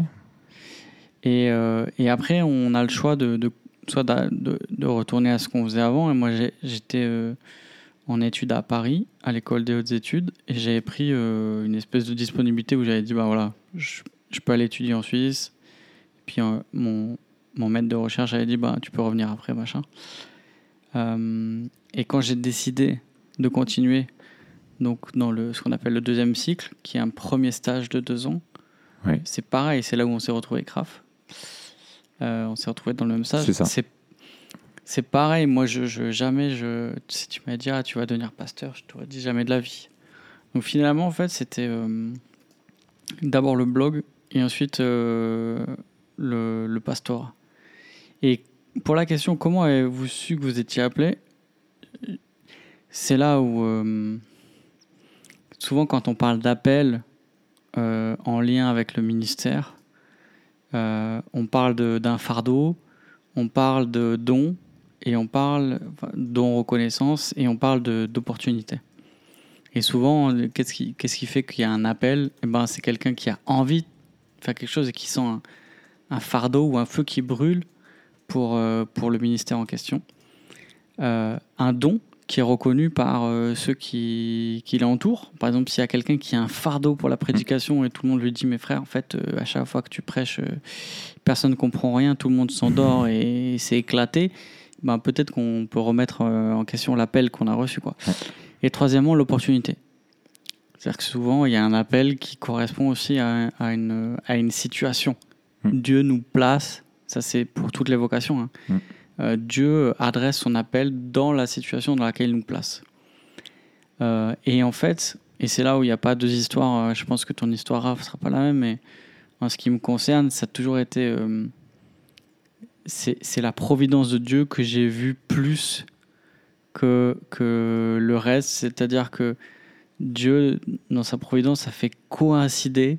Et après, on a le choix de retourner à ce qu'on faisait avant. Et moi, j'étais en études à Paris, à l'école des hautes études, et j'avais pris une espèce de disponibilité où j'avais dit, voilà, je peux aller étudier en Suisse. Et puis mon maître de recherche avait dit, tu peux revenir après, machin. Et quand j'ai décidé de continuer, donc dans ce qu'on appelle le deuxième cycle, qui est un premier stage de 2 ans, c'est pareil, c'est là où on s'est retrouvé avec Raph. On s'est retrouvés dans le même stage. C'est pareil, moi si tu m'avais dit tu vas devenir pasteur, je t'aurais dit jamais de la vie. Donc finalement, en fait, c'était d'abord le blog et ensuite le pastorat. Et pour la question, comment avez-vous su que vous étiez appelé? C'est là où souvent quand on parle d'appel en lien avec le ministère, on parle d'un fardeau, on parle de dons, et on parle don reconnaissance et on parle d'opportunité. Et souvent, qu'est-ce qui fait qu'il y a un appel? C'est quelqu'un qui a envie de faire quelque chose et qui sent un fardeau ou un feu qui brûle pour le ministère en question. Un don qui est reconnu par ceux qui l'entourent. Par exemple, s'il y a quelqu'un qui a un fardeau pour la prédication et tout le monde lui dit « Mais frère, en fait, à chaque fois que tu prêches, personne ne comprend rien, tout le monde s'endort et c'est éclaté. » Peut-être qu'on peut remettre en question l'appel qu'on a reçu, quoi. Et troisièmement, l'opportunité. C'est-à-dire que souvent, il y a un appel qui correspond aussi à une situation. Dieu nous place, ça c'est pour toutes les vocations, Dieu adresse son appel dans la situation dans laquelle il nous place. Et en fait, et c'est là où il n'y a pas deux histoires, je pense que ton histoire, Raph, ne sera pas la même, mais en ce qui me concerne, ça a toujours été... c'est la providence de Dieu que j'ai vue plus que le reste. C'est-à-dire que Dieu, dans sa providence, a fait coïncider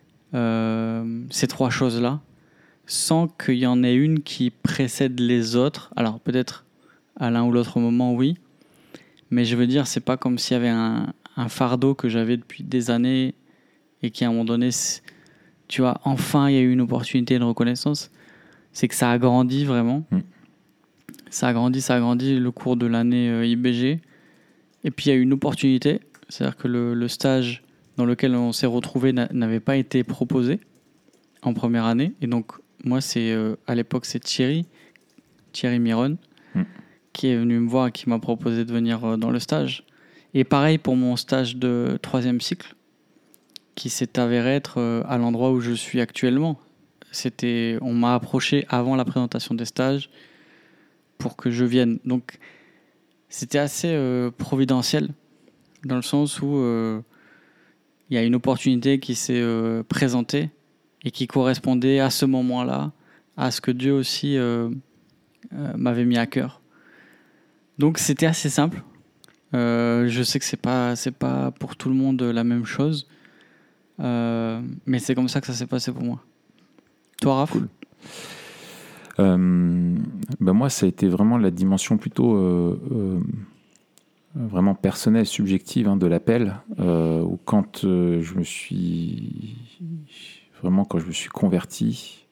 ces trois choses-là, sans qu'il y en ait une qui précède les autres. Alors peut-être à l'un ou l'autre moment, oui. Mais je veux dire, c'est pas comme s'il y avait un fardeau que j'avais depuis des années et qui à un moment donné, tu vois, enfin il y a eu une opportunité de reconnaissance. C'est que ça a grandi vraiment. Ça a grandi le cours de l'année IBG. Et puis il y a eu une opportunité. C'est-à-dire que le stage dans lequel on s'est retrouvés n'avait pas été proposé en première année. Et donc moi, à l'époque, c'est Thierry Miron, qui est venu me voir et qui m'a proposé de venir dans le stage. Et pareil pour mon stage de 3e cycle, qui s'est avéré être à l'endroit où je suis actuellement. On m'a approché avant la présentation des stages pour que je vienne. Donc, c'était assez providentiel, dans le sens où il y a une opportunité qui s'est présentée et qui correspondait à ce moment-là, à ce que Dieu aussi m'avait mis à cœur. Donc c'était assez simple. Je sais que c'est pas pour tout le monde la même chose, mais c'est comme ça que ça s'est passé pour moi. Toi, Raph ? Cool. Moi, ça a été vraiment la dimension plutôt vraiment personnelle, subjective de l'appel, où quand quand je me suis converti,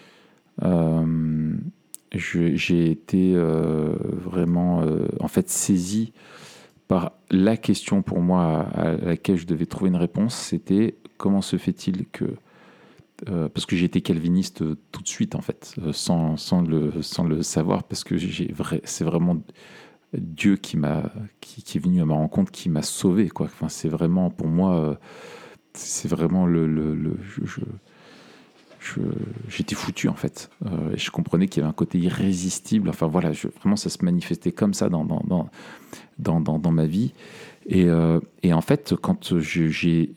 j'ai été vraiment en fait saisi par la question pour moi à laquelle je devais trouver une réponse. C'était comment se fait-il que parce que j'ai été calviniste tout de suite en fait, sans le savoir, parce que c'est vraiment Dieu qui est venu à ma rencontre, qui m'a sauvé, quoi. Enfin, c'est vraiment pour moi, c'est vraiment j'étais foutu en fait. Et je comprenais qu'il y avait un côté irrésistible. Enfin voilà, vraiment ça se manifestait comme ça dans ma vie. Et en fait, quand j'ai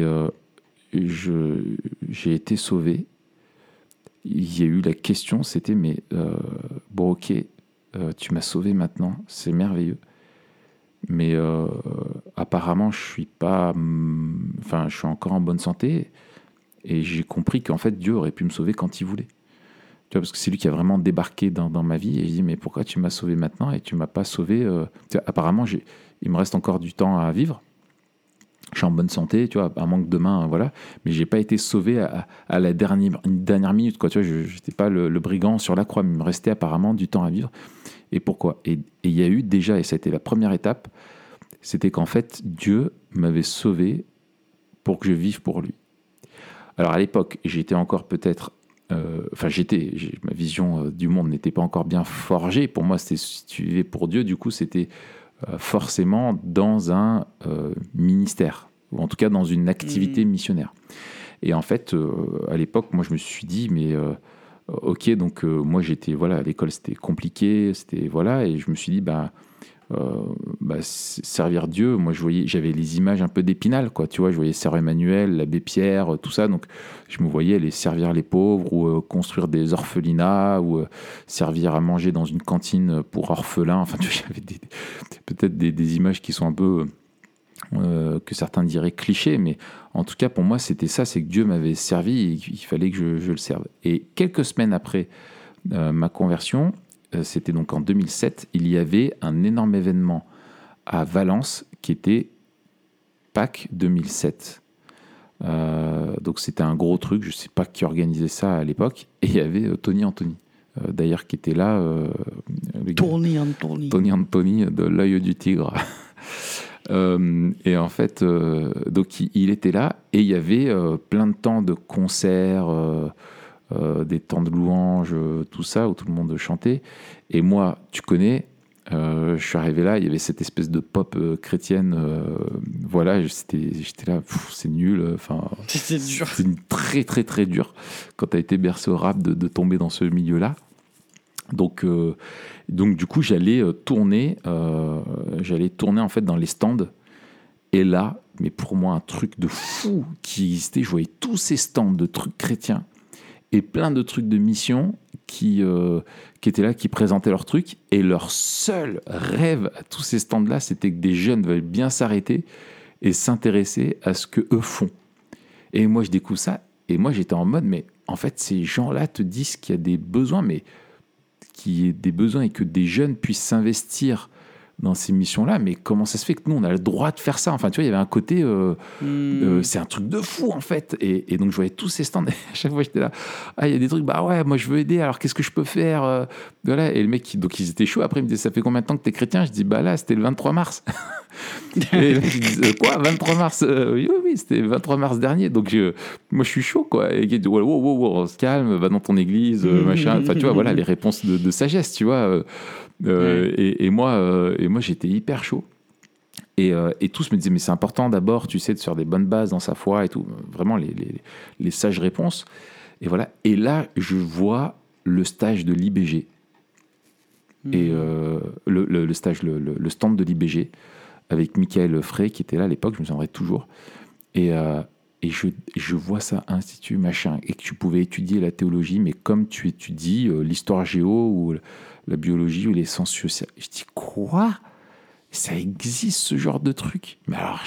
été sauvé, il y a eu la question, c'était mais bon ok, tu m'as sauvé maintenant, c'est merveilleux, mais apparemment je suis encore en bonne santé, et j'ai compris qu'en fait Dieu aurait pu me sauver quand il voulait, tu vois, parce que c'est lui qui a vraiment débarqué dans ma vie, et je dis mais pourquoi tu m'as sauvé maintenant et tu m'as pas sauvé apparemment il me reste encore du temps à vivre. Je suis en bonne santé, tu vois, à moins que demain, voilà. Mais j'ai pas été sauvé à la dernière minute, quoi. Tu vois, je n'étais pas le brigand sur la croix, mais il me restait apparemment du temps à vivre. Et pourquoi ? Et il y a eu déjà, et ça a été la première étape, c'était qu'en fait, Dieu m'avait sauvé pour que je vive pour lui. Alors à l'époque, j'étais encore peut-être... ma vision du monde n'était pas encore bien forgée. Pour moi, c'était, si tu vivais pour Dieu, du coup, c'était... forcément dans un ministère, ou en tout cas dans une activité missionnaire. Et en fait, à l'époque, moi je me suis dit, mais ok, donc moi j'étais, voilà, à l'école c'était compliqué, c'était, voilà, et je me suis dit, servir Dieu, moi j'avais les images un peu d'Épinal, quoi, tu vois, je voyais Sœur Emmanuel, l'abbé Pierre, tout ça, donc je me voyais aller servir les pauvres, ou construire des orphelinats, ou servir à manger dans une cantine pour orphelins, enfin tu vois, j'avais peut-être des images qui sont un peu, que certains diraient clichés, mais en tout cas pour moi c'était ça, c'est que Dieu m'avait servi et qu'il fallait que je le serve. Et quelques semaines après ma conversion, c'était donc en 2007, il y avait un énorme événement à Valence qui était Pâques 2007. Donc c'était un gros truc, je ne sais pas qui organisait ça à l'époque, et il y avait Tony Anthony, d'ailleurs, qui était là. Tony Anthony. Tony Anthony de l'œil du tigre. Et en fait, donc il était là, et il y avait plein de temps de concerts, des temps de louanges, tout ça, où tout le monde chantait. Et moi, tu connais, je suis arrivé là, il y avait cette espèce de pop chrétienne, voilà, j'étais là, c'est nul, c'est dur. C'est très très très dur quand tu as été bercé au rap de tomber dans ce milieu-là. Donc du coup, j'allais tourner en fait dans les stands. Et là, mais pour moi, un truc de fou qui existait, je voyais tous ces stands de trucs chrétiens et plein de trucs de mission qui étaient là, qui présentaient leurs trucs. Et leur seul rêve à tous ces stands-là, c'était que des jeunes veulent bien s'arrêter et s'intéresser à ce que eux font. Et moi, je découvre ça. Et moi, j'étais en mode, mais en fait, ces gens-là te disent qu'il y a des besoins, mais qu'il y ait des besoins et que des jeunes puissent s'investir dans ces missions-là, mais comment ça se fait que nous, on a le droit de faire ça? Enfin, tu vois, il y avait un côté... c'est un truc de fou, en fait. Et donc, je voyais tous ces stands, et à chaque fois, j'étais là, il y a des trucs, bah ouais, moi, je veux aider, alors qu'est-ce que je peux faire? Voilà. Et le mec, donc, ils étaient chauds. Après, il me disait, ça fait combien de temps que t'es chrétien? Je dis, bah là, c'était le 23 mars. Et le mec, il disait, quoi, 23 mars? Oui, c'était le 23 mars dernier. Donc, moi, je suis chaud, quoi. Et il dit, wow, on se calme, va dans ton église, machin. Enfin, tu vois, voilà, les réponses de sagesse, tu vois. Et moi, j'étais hyper chaud. Et tous me disaient, mais c'est important d'abord, tu sais, de faire des bonnes bases dans sa foi et tout. Vraiment, les sages réponses. Et voilà. Et là, je vois le stage de l'IBG. Et le stand de l'IBG avec Michael Frey, qui était là à l'époque, je me souviendrai toujours. Et je vois ça, institut, machin, et que tu pouvais étudier la théologie, mais comme tu étudies l'histoire géo ou la biologie ou les sciences sociales. Je dis, quoi? Ça existe, ce genre de truc? Mais alors,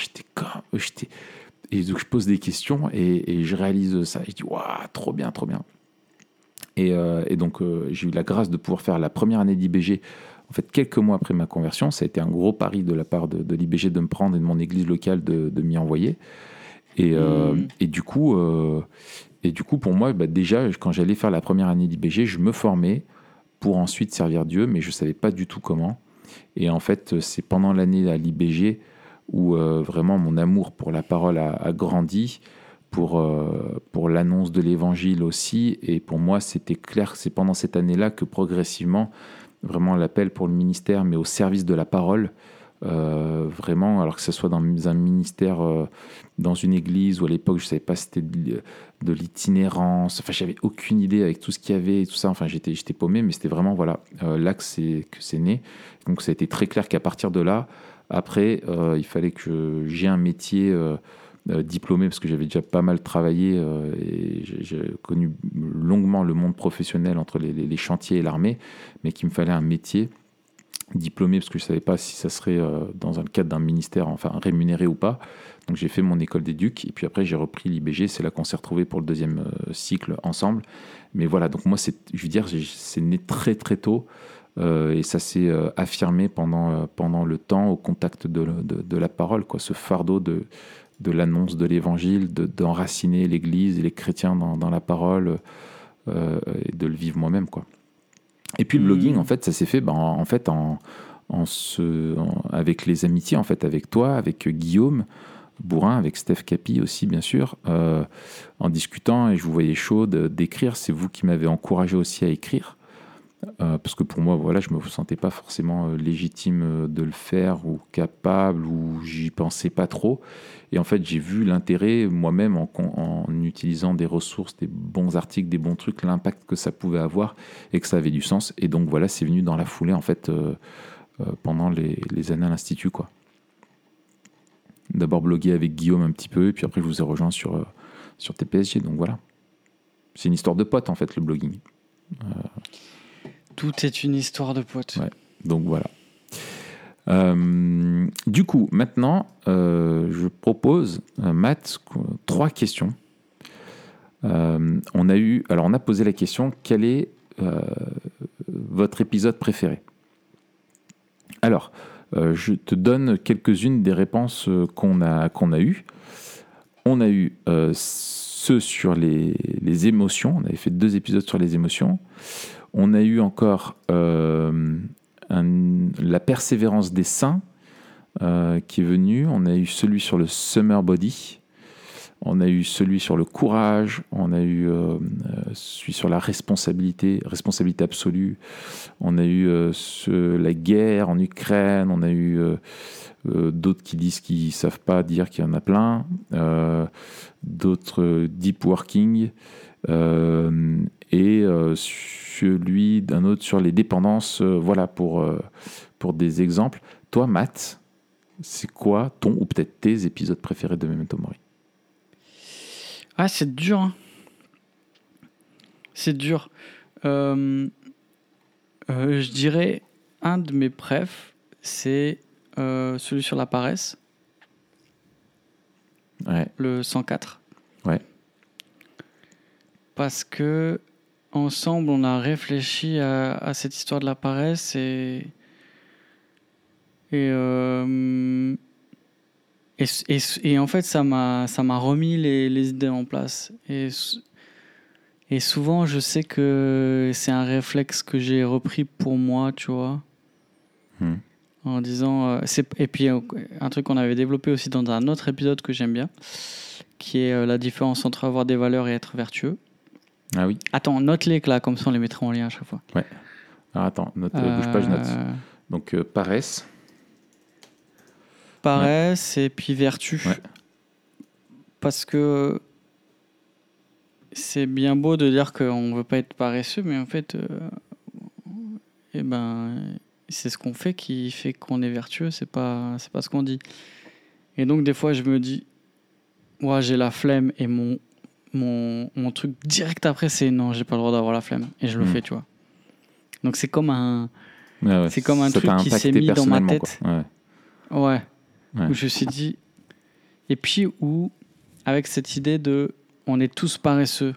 et donc, je pose des questions et je réalise ça. Je dis, waouh, trop bien, trop bien. Et donc, j'ai eu la grâce de pouvoir faire la première année d'IBG. En fait, quelques mois après ma conversion, ça a été un gros pari de la part de l'IBG de me prendre et de mon église locale de m'y envoyer. Et du coup, pour moi, déjà, quand j'allais faire la première année d'IBG, je me formais pour ensuite servir Dieu, mais je ne savais pas du tout comment. Et en fait, c'est pendant l'année à l'IBG où vraiment mon amour pour la parole a grandi, pour l'annonce de l'évangile aussi. Et pour moi, c'était clair que c'est pendant cette année-là que progressivement, vraiment l'appel pour le ministère, mais au service de la parole, vraiment, alors que ce soit dans un ministère, dans une église, où à l'époque je ne savais pas si c'était de l'itinérance, enfin j'avais aucune idée avec tout ce qu'il y avait et tout ça, enfin j'étais paumé, mais c'était vraiment voilà, là que c'est né. Donc ça a été très clair qu'à partir de là, après il fallait que j'ai un métier diplômé, parce que j'avais déjà pas mal travaillé et j'ai connu longuement le monde professionnel entre les chantiers et l'armée, mais qu'il me fallait un métier diplômé, parce que je ne savais pas si ça serait dans le cadre d'un ministère, enfin rémunéré ou pas. Donc j'ai fait mon école d'éduc, et puis après j'ai repris l'IBG, c'est là qu'on s'est retrouvés pour le deuxième cycle ensemble. Mais voilà, donc moi, je veux dire, c'est né très très tôt, et ça s'est affirmé pendant le temps, au contact de la parole, quoi, ce fardeau de l'annonce de l'évangile, d'enraciner l'Église et les chrétiens dans la parole, et de le vivre moi-même, quoi. Et puis le blogging, en fait, ça s'est fait avec les amitiés, en fait, avec toi, avec Guillaume Bourrin, avec Steph Capi aussi, bien sûr, en discutant, et je vous voyais chaud d'écrire. C'est vous qui m'avez encouragé aussi à écrire, parce que pour moi, voilà, je ne me sentais pas forcément légitime de le faire, ou capable, ou j'y pensais pas trop. Et en fait, j'ai vu l'intérêt moi-même en utilisant des ressources, des bons articles, des bons trucs, l'impact que ça pouvait avoir et que ça avait du sens. Et donc voilà, c'est venu dans la foulée, en fait, pendant les années à l'Institut, quoi. D'abord bloguer avec Guillaume un petit peu, et puis après je vous ai rejoint sur TPSG. Donc voilà, c'est une histoire de potes, en fait, le blogging. Tout est une histoire de potes. Ouais, donc voilà. Du coup, maintenant, je propose, Matt, 3 questions. On a posé la question, quel est votre épisode préféré. Alors, je te donne quelques-unes des réponses qu'on a eues. On a eu ceux sur les émotions. On avait fait 2 épisodes sur les émotions. On a eu encore la persévérance des saints qui est venu. On a eu celui sur le summer body. On a eu celui sur le courage. On a eu celui sur la responsabilité absolue. On a eu la guerre en Ukraine. On a eu d'autres qui disent qu'ils ne savent pas dire qu'il y en a plein. D'autres deep working. Et celui d'un autre sur les dépendances. Voilà pour des exemples. Toi, Matt, c'est quoi ton ou peut-être tes épisodes préférés de Memento Mori? Ah, c'est dur. Hein. C'est dur. Je dirais un de mes préfs, c'est celui sur la paresse. Ouais. Le 104. Ouais. Parce que ensemble, on a réfléchi à cette histoire de la paresse et en fait, ça m'a remis les idées en place. Et souvent, je sais que c'est un réflexe que j'ai repris pour moi, tu vois. En disant... et puis, un truc qu'on avait développé aussi dans un autre épisode que j'aime bien, qui est la différence entre avoir des valeurs et être vertueux. Ah oui. Attends, note-les là, comme ça on les mettra en lien à chaque fois. Ouais. Alors attends, bouge pas, je note. Donc, paresse. Paresse et puis vertu. Ouais. Parce que c'est bien beau de dire qu'on ne veut pas être paresseux, mais en fait, c'est ce qu'on fait qui fait qu'on est vertueux, c'est pas ce qu'on dit. Et donc, des fois, je me dis, moi, j'ai la flemme et mon truc direct après, c'est non, j'ai pas le droit d'avoir la flemme. Et je le fais, tu vois. Donc, c'est comme un truc qui s'est mis dans ma tête. Ouais. Où je me suis dit, et puis où, avec cette idée de on est tous paresseux.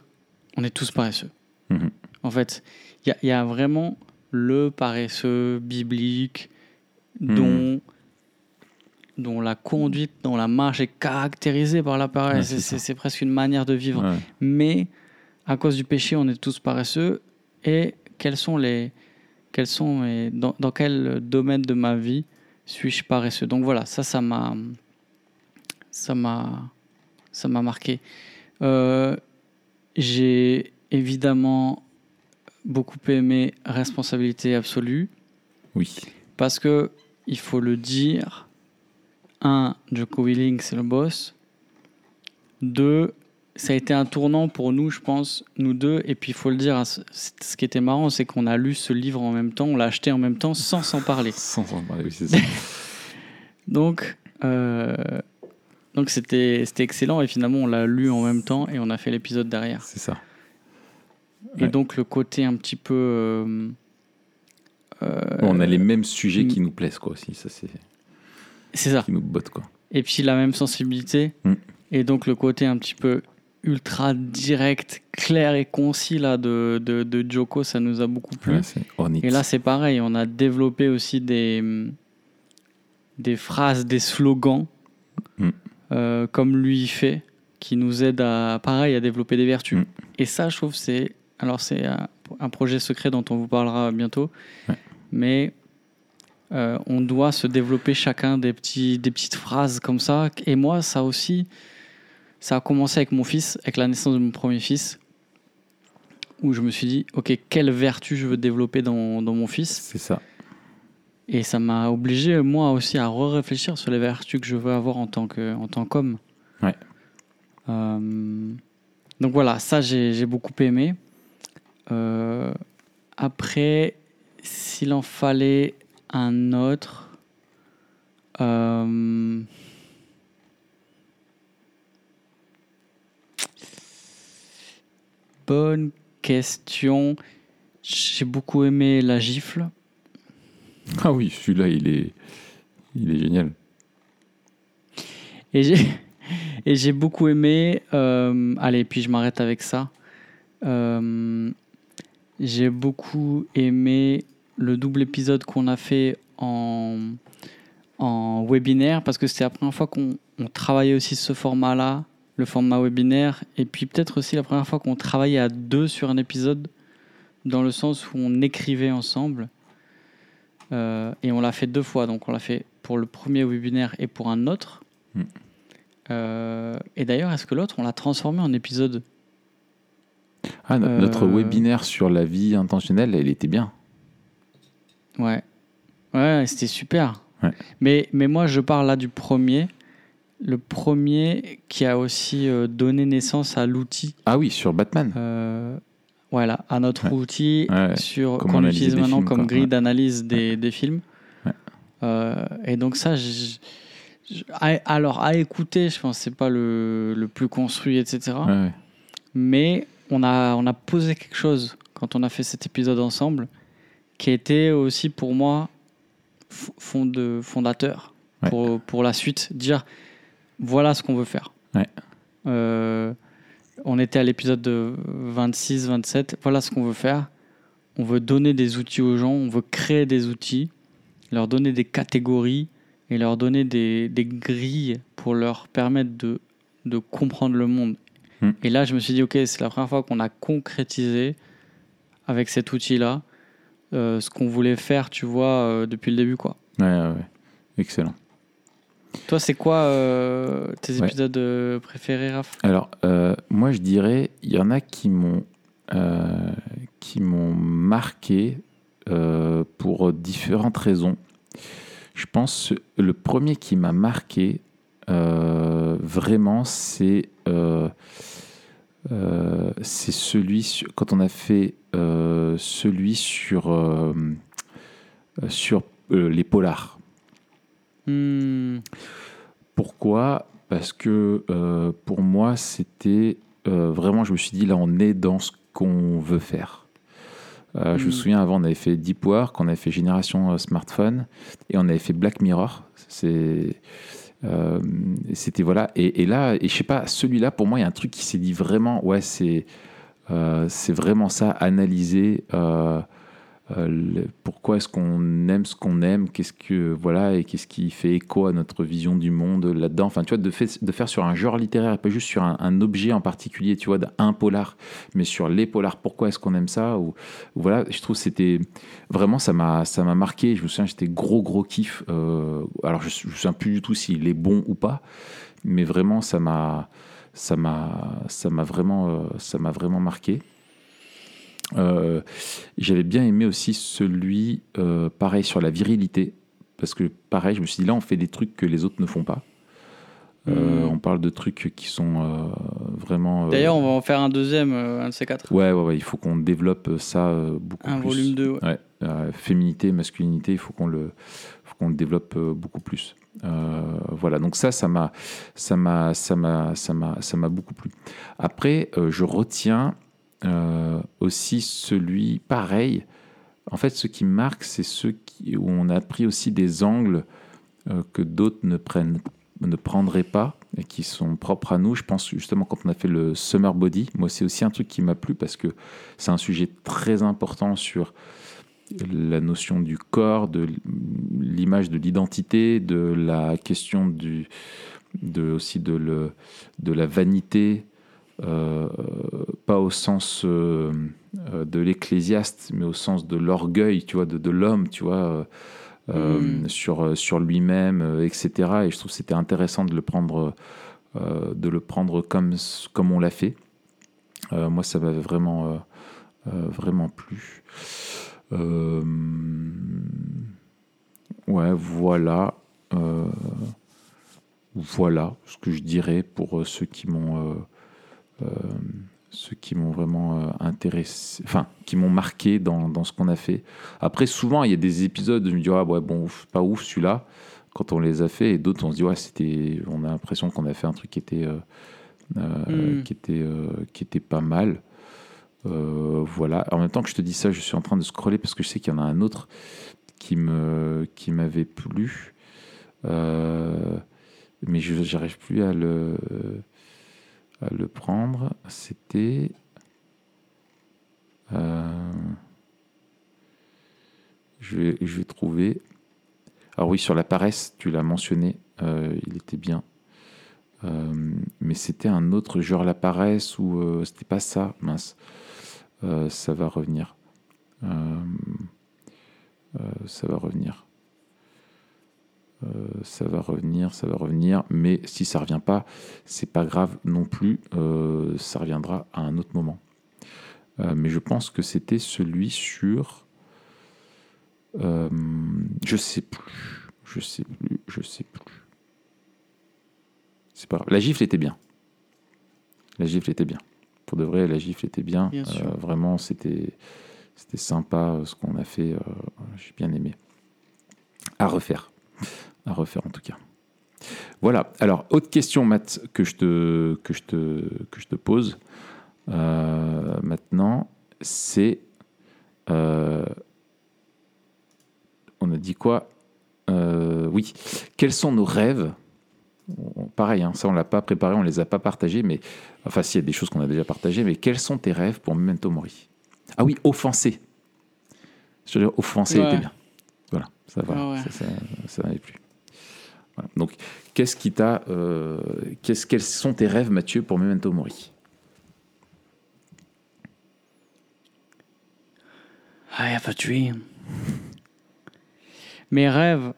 En fait, il y a vraiment le paresseux biblique dont la conduite, dont la marche est caractérisée par la paresse. C'est presque une manière de vivre. Ouais. Mais à cause du péché, on est tous paresseux. Et dans quel domaine de ma vie suis-je paresseux? Donc voilà, ça m'a marqué. J'ai évidemment beaucoup aimé Responsabilité absolue. Oui. Parce que, il faut le dire, 1, Jocko Willink, c'est le boss. 2, ça a été un tournant pour nous, je pense, nous deux. Et puis, il faut le dire, ce qui était marrant, c'est qu'on a lu ce livre en même temps, on l'a acheté en même temps, sans s'en parler. Sans s'en parler, oui, c'est ça. Donc, c'était excellent. Et finalement, on l'a lu en même temps et on a fait l'épisode derrière. C'est ça. Ouais. Et donc, le côté un petit peu... on a les mêmes sujets qui nous plaisent, quoi, aussi. Ça, c'est ça. Qui nous bottent, quoi. Et puis, la même sensibilité. Et donc, le côté un petit peu ultra direct, clair et concis là, de Jocko, ça nous a beaucoup plu. Ouais, et là, c'est pareil. On a développé aussi des phrases, des slogans, comme lui il fait, qui nous aident à développer des vertus. Et ça, je trouve, c'est un projet secret dont on vous parlera bientôt. Ouais. Mais on doit se développer chacun des petites phrases comme ça. Et moi, ça aussi, ça a commencé avec mon fils, avec la naissance de mon premier fils, où je me suis dit, ok, quelle vertu je veux développer dans mon fils. C'est ça. Et ça m'a obligé, moi aussi, à réfléchir sur les vertus que je veux avoir en tant qu'homme. Ouais. Donc voilà, ça, j'ai beaucoup aimé. Après, s'il en fallait un autre... Bonne question. J'ai beaucoup aimé La Gifle. Ah oui, celui-là, il est génial. Et j'ai beaucoup aimé... allez, puis je m'arrête avec ça. J'ai beaucoup aimé le double épisode qu'on a fait en webinaire parce que c'était la première fois qu'on travaillait aussi ce format-là, le format webinaire, et puis peut-être aussi la première fois qu'on travaillait à deux sur un épisode, dans le sens où on écrivait ensemble. Et on l'a fait 2 fois, donc on l'a fait pour le premier webinaire et pour un autre. Et d'ailleurs, est-ce que l'autre, on l'a transformé en épisode? Notre webinaire sur la vie intentionnelle, elle était bien. Ouais, c'était super. Ouais. Mais moi, je parle là du premier. Le premier qui a aussi donné naissance à l'outil. Ah oui, sur Batman. Voilà, à notre outil qu'on utilise maintenant comme grille d'analyse des films. Et donc ça, alors à écouter, je pense que c'est pas le plus construit, etc. Mais on a posé quelque chose quand on a fait cet épisode ensemble, qui était aussi pour moi fondateur pour la suite. Dire voilà ce qu'on veut faire. On était à l'épisode de 26, 27. Voilà ce qu'on veut faire. On veut donner des outils aux gens. On veut créer des outils, leur donner des catégories et leur donner des grilles pour leur permettre de comprendre le monde. Et là, je me suis dit, OK, c'est la première fois qu'on a concrétisé avec cet outil-là ce qu'on voulait faire, tu vois, depuis le début, quoi. Ouais. Excellent. Toi, c'est quoi tes épisodes préférés, Raph? Alors, moi, je dirais, il y en a qui m'ont marqué pour différentes raisons. Je pense le premier qui m'a marqué vraiment, c'est celui quand on a fait celui sur les polars. Pourquoi ? Parce que pour moi, c'était vraiment, je me suis dit, là, on est dans ce qu'on veut faire. Je me souviens, avant, on avait fait Deep Work, on avait fait Génération Smartphone, et on avait fait Black Mirror. C'était voilà. Et là, et je sais pas, celui-là, pour moi, il y a un truc qui s'est dit vraiment, ouais, c'est vraiment ça, analyser pourquoi est-ce qu'on aime ce qu'on aime, qu'est-ce qui fait écho à notre vision du monde là-dedans. Enfin, tu vois, de faire sur un genre littéraire, pas juste sur un objet en particulier, tu vois, un polar, mais sur les polars. Pourquoi est-ce qu'on aime ça ou voilà, je trouve que c'était vraiment ça m'a marqué. Je me souviens, j'étais gros kiff. Alors, je me souviens plus du tout s'il est bon ou pas, mais vraiment, ça m'a vraiment marqué. J'avais bien aimé aussi celui pareil sur la virilité, parce que pareil, je me suis dit là on fait des trucs que les autres ne font pas. On parle de trucs qui sont vraiment d'ailleurs on va en faire un deuxième, un de ces quatre. Ouais, il faut qu'on développe ça beaucoup plus. Un volume 2 féminité, masculinité, il faut qu'on le développe beaucoup plus. Voilà, donc ça m'a beaucoup plu. Après, je retiens aussi celui pareil. En fait, ce qui marque, c'est ceux où on a pris aussi des angles que d'autres ne prendraient pas et qui sont propres à nous. Je pense justement quand on a fait le Summer Body, moi c'est aussi un truc qui m'a plu parce que c'est un sujet très important sur la notion du corps, de l'image de l'identité, de la question aussi de la vanité. Pas au sens de l'ecclésiaste, mais au sens de l'orgueil, tu vois, de l'homme, tu vois, sur lui-même, etc. Et je trouve que c'était intéressant de le prendre comme on l'a fait. Moi, ça m'avait vraiment plu. Ouais, voilà. Voilà ce que je dirais pour ceux qui m'ont vraiment intéressé, enfin, qui m'ont marqué dans ce qu'on a fait. Après, souvent, il y a des épisodes où je me dis, pas ouf celui-là, quand on les a fait, et d'autres, on se dit, on a l'impression qu'on a fait un truc qui était pas mal. Voilà. En même temps que je te dis ça, je suis en train de scroller parce que je sais qu'il y en a un autre qui m'avait plu. Mais j'arrive plus à le prendre. C'était Je vais trouver. Alors oui, sur la paresse, tu l'as mentionné, il était bien. Mais c'était un autre, genre la paresse, ou c'était pas ça, mince. Ça va revenir. Ça va revenir. Ça va revenir, mais si ça revient pas, c'est pas grave non plus, ça reviendra à un autre moment. Mais je pense que c'était celui sur... je sais plus. C'est pas grave. La gifle était bien. Pour de vrai, la gifle était bien. Vraiment, c'était sympa ce qu'on a fait. J'ai bien aimé. À refaire en tout cas. Voilà. Alors, autre question, Matt, que je te pose maintenant, c'est... on a dit quoi? Oui. Quels sont nos rêves? Pareil, hein, ça on l'a pas préparé, on les a pas partagés, mais enfin s'il y a des choses qu'on a déjà partagées, mais quels sont tes rêves pour Memento Mori? Ah oui, offenser. Je veux dire, offenser était bien. Voilà, ça va, ça n'allait plus. Voilà. Donc, qu'est-ce qui t'a, quels sont tes rêves, Mathieu, pour Memento Mori? I have a dream. Mes rêves.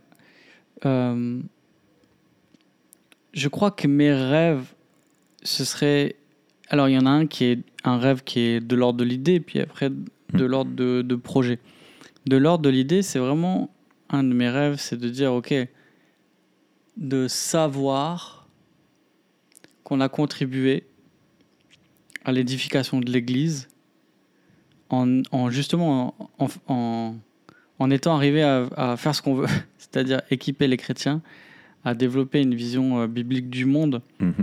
Je crois que mes rêves, ce serait... Alors, il y en a un qui est un rêve qui est de l'ordre de l'idée, puis après, de l'ordre de projet. De l'ordre de l'idée, c'est vraiment... Un de mes rêves, c'est de dire, OK, de savoir qu'on a contribué à l'édification de l'Église justement en étant arrivé à faire ce qu'on veut, c'est-à-dire équiper les chrétiens à développer une vision biblique du monde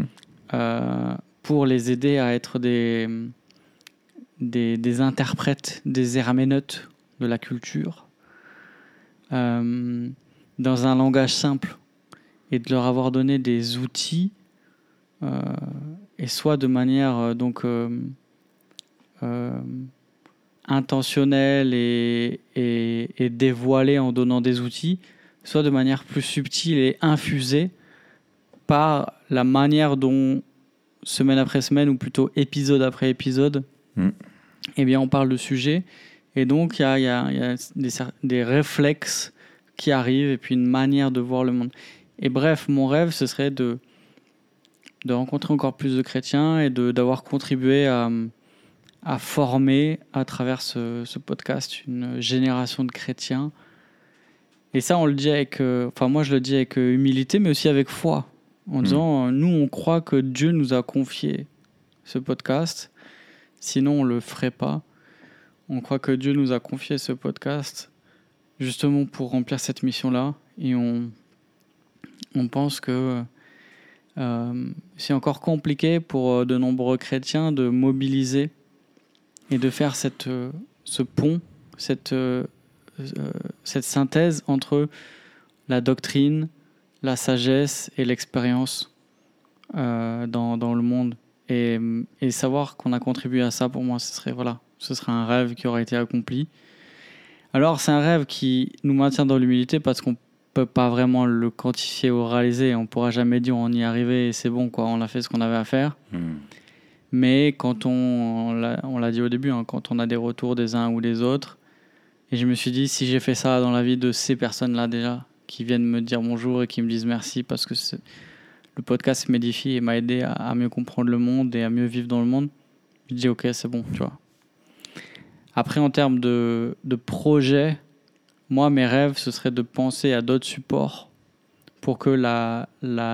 pour les aider à être des interprètes, des héraméneutes de la culture dans un langage simple et de leur avoir donné des outils et soit de manière intentionnelle et dévoilée en donnant des outils, soit de manière plus subtile et infusée par la manière dont, semaine après semaine, ou plutôt épisode après épisode, eh bien, on parle de sujet. Et donc, il y a des réflexes qui arrivent et puis une manière de voir le monde. Et bref, mon rêve, ce serait de rencontrer encore plus de chrétiens et d'avoir contribué à former à travers ce podcast une génération de chrétiens. Et ça, on le dit moi je le dis avec humilité, mais aussi avec foi. En disant, nous, on croit que Dieu nous a confié ce podcast, sinon on ne le ferait pas. On croit que Dieu nous a confié ce podcast justement pour remplir cette mission-là. Et on pense que c'est encore compliqué pour de nombreux chrétiens de mobiliser et de faire ce pont, cette synthèse entre la doctrine, la sagesse et l'expérience dans le monde. Et savoir qu'on a contribué à ça, pour moi, ce serait un rêve qui aurait été accompli. Alors, c'est un rêve qui nous maintient dans l'humilité parce qu'on peut pas vraiment le quantifier ou réaliser. On pourra jamais dire on y est arrivé et c'est bon, quoi, on a fait ce qu'on avait à faire. Mais quand on l'a dit au début, hein, quand on a des retours des uns ou des autres, et je me suis dit, si j'ai fait ça dans la vie de ces personnes-là déjà, qui viennent me dire bonjour et qui me disent merci parce que le podcast m'édifie et m'a aidé à mieux comprendre le monde et à mieux vivre dans le monde, je dis ok, c'est bon, tu vois. Après, en termes de projet, moi, mes rêves, ce serait de penser à d'autres supports pour que la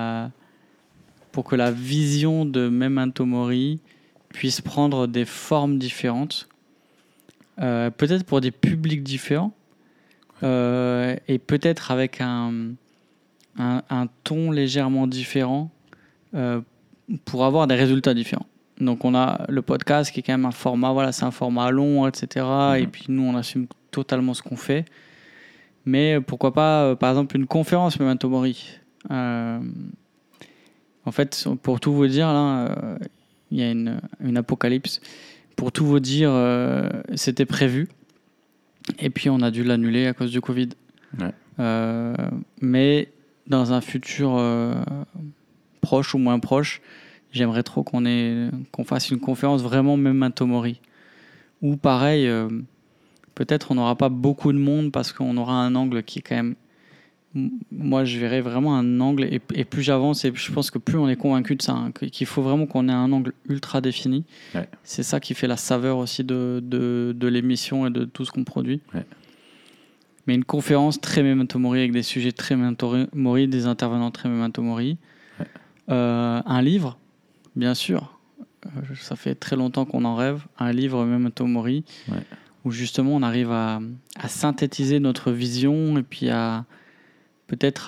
vision de Memento Mori puisse prendre des formes différentes, peut-être pour des publics différents, et peut-être avec un ton légèrement différent pour avoir des résultats différents. Donc on a le podcast qui est quand même un format, c'est un format long, etc. Et puis nous, on assume totalement ce qu'on fait. Mais pourquoi pas, par exemple, une conférence Memento Mori. En fait, pour tout vous dire, là, il y a une apocalypse. Pour tout vous dire, c'était prévu. Et puis, on a dû l'annuler à cause du Covid. Ouais. Mais dans un futur proche ou moins proche, j'aimerais trop qu'on fasse une conférence vraiment Memento Mori. Ou pareil, peut-être on n'aura pas beaucoup de monde parce qu'on aura un angle qui est quand même... Moi, je verrais vraiment un angle, et plus j'avance, et je pense que plus on est convaincu de ça, hein, qu'il faut vraiment qu'on ait un angle ultra défini. Ouais. C'est ça qui fait la saveur aussi de l'émission et de tout ce qu'on produit. Ouais. Mais une conférence très Memento Mori, avec des sujets très Memento Mori, des intervenants très Memento Mori. Ouais. Un livre, bien sûr. Ça fait très longtemps qu'on en rêve. Un livre Memento Mori, ouais. où justement on arrive à synthétiser notre vision et puis peut-être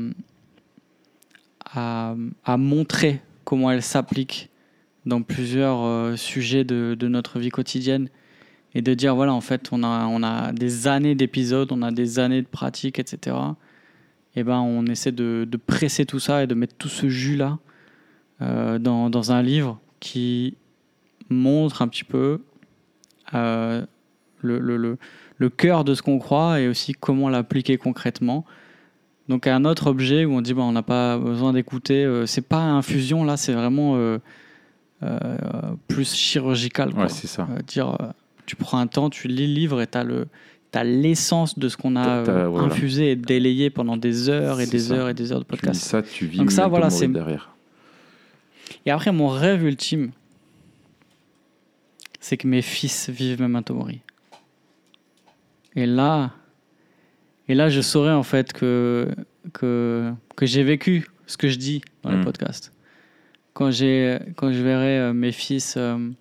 à montrer comment elle s'applique dans plusieurs sujets de notre vie quotidienne, et de dire voilà, en fait on a des années d'épisodes, on a des années de pratiques, etc. Et ben on essaie de presser tout ça et de mettre tout ce jus là dans un livre qui montre un petit peu le cœur de ce qu'on croit, et aussi comment l'appliquer concrètement. Donc un autre objet où on dit on n'a pas besoin d'écouter, c'est pas infusion là, c'est vraiment plus chirurgical, quoi. Ouais, c'est ça. Tu prends un temps, tu lis le livre et t'as l'essence de ce qu'on a voilà. infusé et délayé pendant des heures et c'est des ça. heures et des heures de podcast. Tu lis ça, tu vis. Donc ça, voilà, c'est derrière. Et après, mon rêve ultime, c'est que mes fils vivent Memento Mori. Et là, je saurais en fait que j'ai vécu ce que je dis dans les podcasts. Quand je verrai mes fils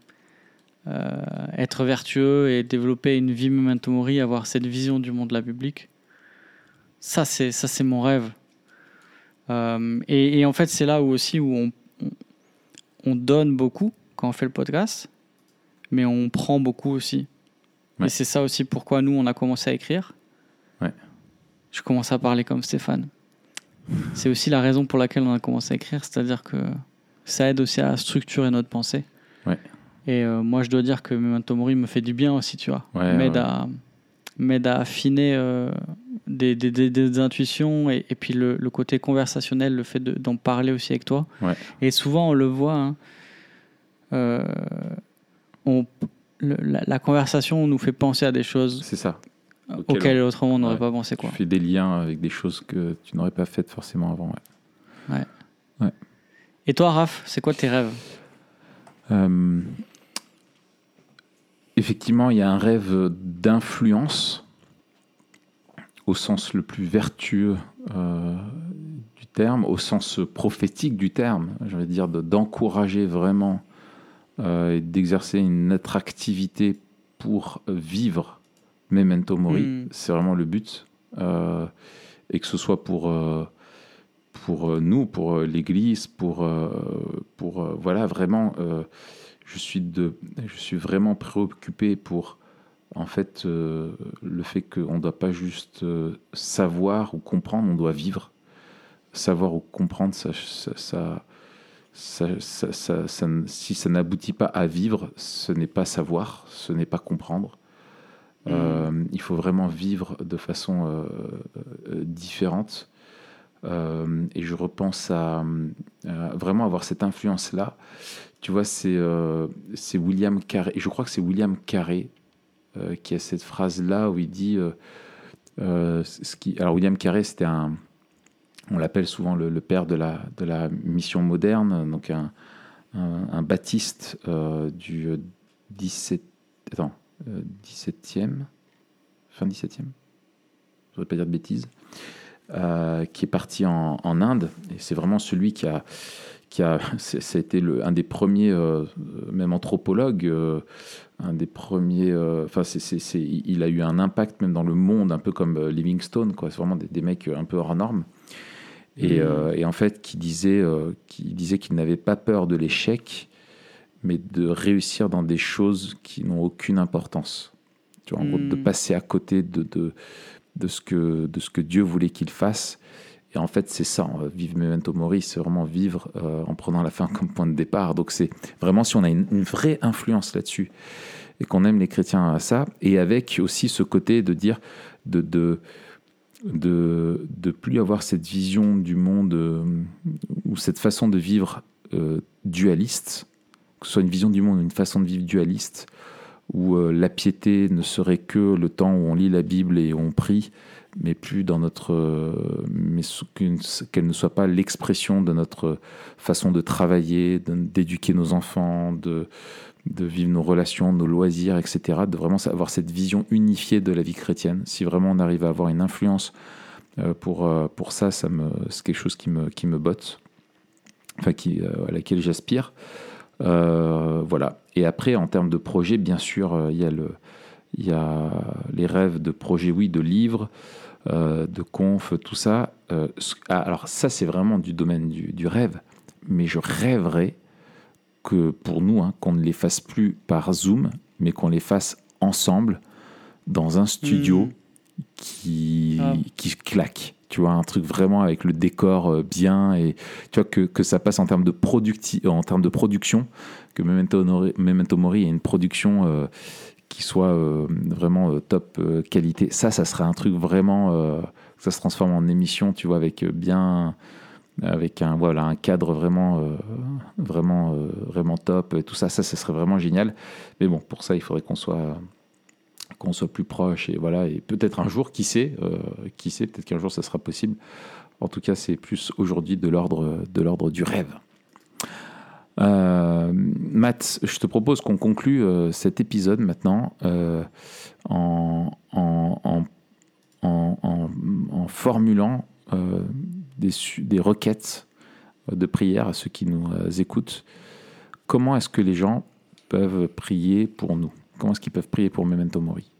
être vertueux et développer une vie Memento Mori, avoir cette vision du monde de la publique, ça c'est mon rêve. Et en fait, c'est là où aussi où on donne beaucoup quand on fait le podcast, mais on prend beaucoup aussi. Ouais. Et c'est ça aussi pourquoi nous, on a commencé à écrire. Ouais. Je commence à parler comme Stéphane. C'est aussi la raison pour laquelle on a commencé à écrire, c'est-à-dire que ça aide aussi à structurer notre pensée. Ouais. Et moi, je dois dire que Memento Mori me fait du bien aussi, tu vois. Ouais, m'aide à affiner des intuitions, et puis le côté conversationnel, le fait d'en parler aussi avec toi. Ouais. Et souvent, on le voit, hein, la conversation nous fait penser à des choses. C'est ça. Auxquelles autrement on n'aurait pas pensé, quoi. Tu fais des liens avec des choses que tu n'aurais pas faites forcément avant. Ouais. Et toi, Raph, c'est quoi tes rêves ? Effectivement, il y a un rêve d'influence au sens le plus vertueux du terme, au sens prophétique du terme, je veux dire d'encourager vraiment et d'exercer une attractivité pour vivre Memento Mori. C'est vraiment le but, et que ce soit pour nous, pour l'Église, pour voilà, vraiment, je suis vraiment préoccupé pour en fait le fait qu'on ne doit pas juste savoir ou comprendre, on doit vivre. Savoir ou comprendre, si ça n'aboutit pas à vivre, ce n'est pas savoir, ce n'est pas comprendre. Il faut vraiment vivre de façon différente. Et je repense à vraiment avoir cette influence-là. Tu vois, c'est William Carré, et je crois que c'est William Carré qui a cette phrase-là où il dit... alors William Carré, c'était on l'appelle souvent le père de la mission moderne, donc un baptiste du 17e, fin 17e, je ne voudrais pas dire de bêtises, qui est parti en Inde, et c'est vraiment celui qui a ça a été un des premiers, même anthropologues, un des premiers, il a eu un impact même dans le monde, un peu comme Livingstone, quoi. C'est vraiment des mecs un peu hors normes. Et en fait, qui disait qu'il n'avait pas peur de l'échec, mais de réussir dans des choses qui n'ont aucune importance. Tu vois, en gros, de passer à côté de ce que Dieu voulait qu'il fasse, Et en fait, c'est ça, vivre Memento Mori, c'est vraiment vivre en prenant la fin comme point de départ. Donc c'est vraiment, si on a une vraie influence là-dessus, et qu'on aime les chrétiens à ça, et avec aussi ce côté de dire, de plus avoir cette vision du monde, ou cette façon de vivre dualiste, que ce soit une vision du monde, une façon de vivre dualiste, où la piété ne serait que le temps où on lit la Bible et on prie, mais plus dans notre, mais qu'elle ne soit pas l'expression de notre façon de travailler, d'éduquer nos enfants, de vivre nos relations, nos loisirs, etc. De vraiment avoir cette vision unifiée de la vie chrétienne. Si vraiment on arrive à avoir une influence pour ça, c'est quelque chose qui me botte, enfin à laquelle j'aspire. Voilà. Et après, en termes de projet, bien sûr, il y a les rêves de projets, oui, de livres, de conf, tout ça. Alors ça, c'est vraiment du domaine du rêve, mais je rêverais que pour nous, qu'on ne les fasse plus par Zoom, mais qu'on les fasse ensemble dans un studio qui claque. Tu vois, un truc vraiment avec le décor bien, et tu vois que ça passe en termes de production, que Memento Mori ait une production qui soit vraiment top qualité. Ça serait un truc vraiment, que ça se transforme en émission, tu vois, avec un cadre vraiment top, et tout ça serait vraiment génial. Mais bon, pour ça, il faudrait qu'on soit plus proche, et voilà, et peut-être un jour, qui sait, peut-être qu'un jour ça sera possible. En tout cas, c'est plus aujourd'hui de l'ordre du rêve. Matt, je te propose qu'on conclue cet épisode maintenant en formulant des requêtes de prière à ceux qui nous écoutent. Comment est-ce que les gens peuvent prier pour nous? Comment est-ce qu'ils peuvent prier pour Memento Mori?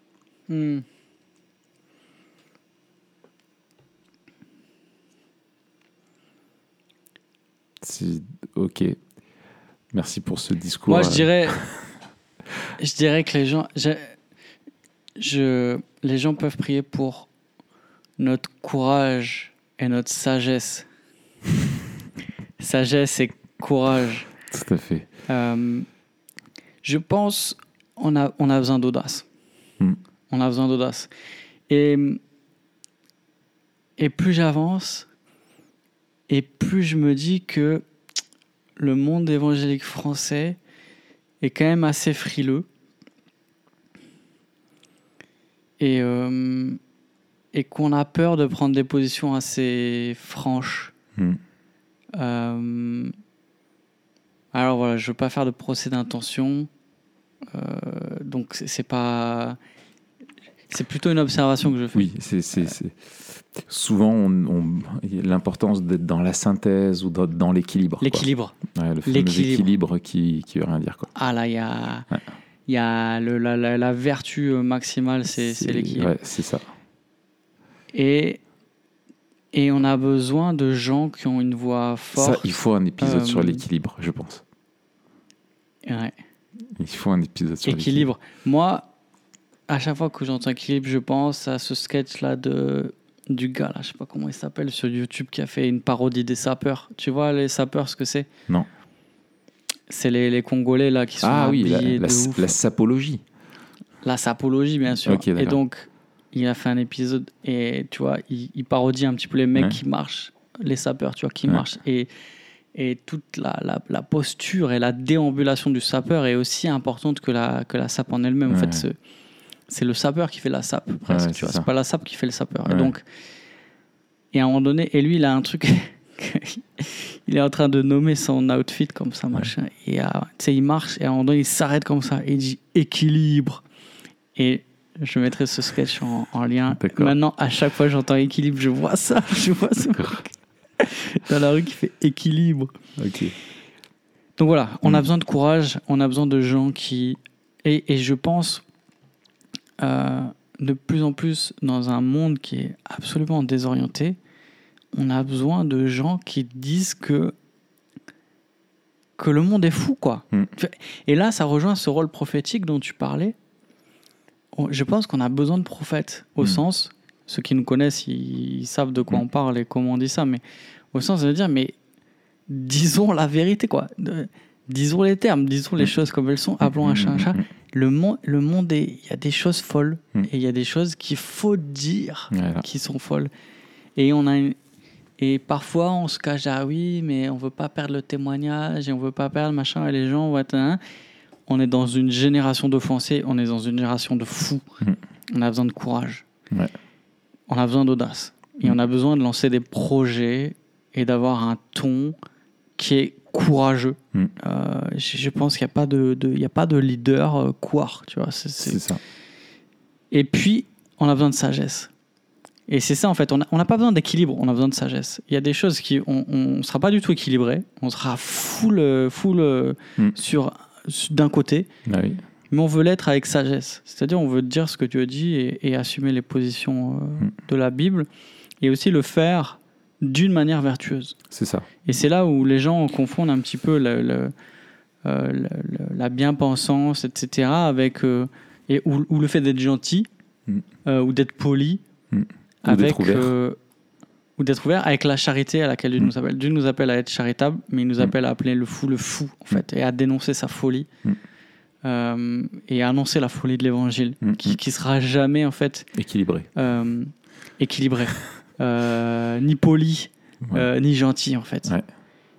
Ok. Merci pour ce discours. Moi, je dirais que les gens peuvent prier pour notre courage et notre sagesse. Sagesse et courage. Tout à fait. Je pense on a besoin d'audace. On a besoin d'audace. Et plus j'avance, et plus je me dis que le monde évangélique français est quand même assez frileux. Et qu'on a peur de prendre des positions assez franches. Alors voilà, je veux pas faire de procès d'intention. Donc c'est plutôt une observation que je fais. Oui, c'est souvent l'importance d'être dans la synthèse ou dans l'équilibre. L'équilibre. Ouais, le fameux équilibre qui veut rien dire, quoi. Ah là, il y a la vertu maximale, c'est l'équilibre. Ouais, c'est ça. Et on a besoin de gens qui ont une voix forte. Ça, il faut un épisode sur l'équilibre, je pense. Ouais. Il faut un épisode sur l'équilibre. Moi, à chaque fois que j'entends équilibre, je pense à ce sketch-là du gars, là, je sais pas comment il s'appelle, sur YouTube, qui a fait une parodie des sapeurs. Tu vois, les sapeurs, ce que c'est? Non. C'est les Congolais, là, qui sont habillés de ouf. La sapologie. La sapologie, bien sûr. Okay, et donc, il a fait un épisode, et tu vois, il parodie un petit peu les mecs qui marchent, les sapeurs, tu vois, qui marchent. Et toute la posture et la déambulation du sapeur est aussi importante que la sape en elle-même. En fait, c'est le sapeur qui fait la sape, presque. Tu vois, c'est pas la sape qui fait le sapeur. Et donc, à un moment donné, et lui, il a un truc... il est en train de nommer son outfit comme ça, machin. Et tu sais, il marche, et à un moment donné, il s'arrête comme ça, et il dit « équilibre ». Et je mettrai ce sketch en lien. D'accord. Maintenant, à chaque fois que j'entends équilibre, je vois ça. Je vois ce mec dans la rue qui fait équilibre. Ok. Donc voilà, on a besoin de courage, on a besoin de gens qui... Et je pense, de plus en plus, dans un monde qui est absolument désorienté, on a besoin de gens qui disent que le monde est fou, quoi. Et là, ça rejoint ce rôle prophétique dont tu parlais. Je pense qu'on a besoin de prophètes, au sens, ceux qui nous connaissent, ils savent de quoi on parle et comment on dit ça, mais au sens de dire, mais disons la vérité, quoi. Disons les termes, disons les choses comme elles sont, appelons un chat un chat. Le monde, il y a des choses folles et il y a des choses qu'il faut dire qui sont folles. Et parfois, on se cache, ah oui, mais on veut pas perdre le témoignage et on veut pas perdre machin et les gens vont être... On est dans une génération d'offensés, on est dans une génération de fous. On a besoin de courage. Ouais. On a besoin d'audace. Et on a besoin de lancer des projets et d'avoir un ton qui est courageux. Je pense qu'il n'y a pas de leader couard, tu vois. C'est ça. Et puis, on a besoin de sagesse. Et c'est ça, en fait. On n'a pas besoin d'équilibre, on a besoin de sagesse. Il y a des choses qui... On ne sera pas du tout équilibré. On sera full d'un côté. Ah oui. Mais on veut l'être avec sagesse. C'est-à-dire, on veut dire ce que Dieu dit et assumer les positions de la Bible. Et aussi le faire d'une manière vertueuse. C'est ça. Et c'est là où les gens confondent un petit peu la bien-pensance, etc., avec... ou le fait d'être gentil, ou d'être poli, ou d'être ouvert avec la charité à laquelle Dieu nous appelle. Dieu nous appelle à être charitable, mais il nous appelle à appeler le fou, en fait, et à dénoncer sa folie, et à annoncer la folie de l'évangile, qui sera jamais, en fait... Équilibré. Ni poli, ni gentil, en fait. Ouais.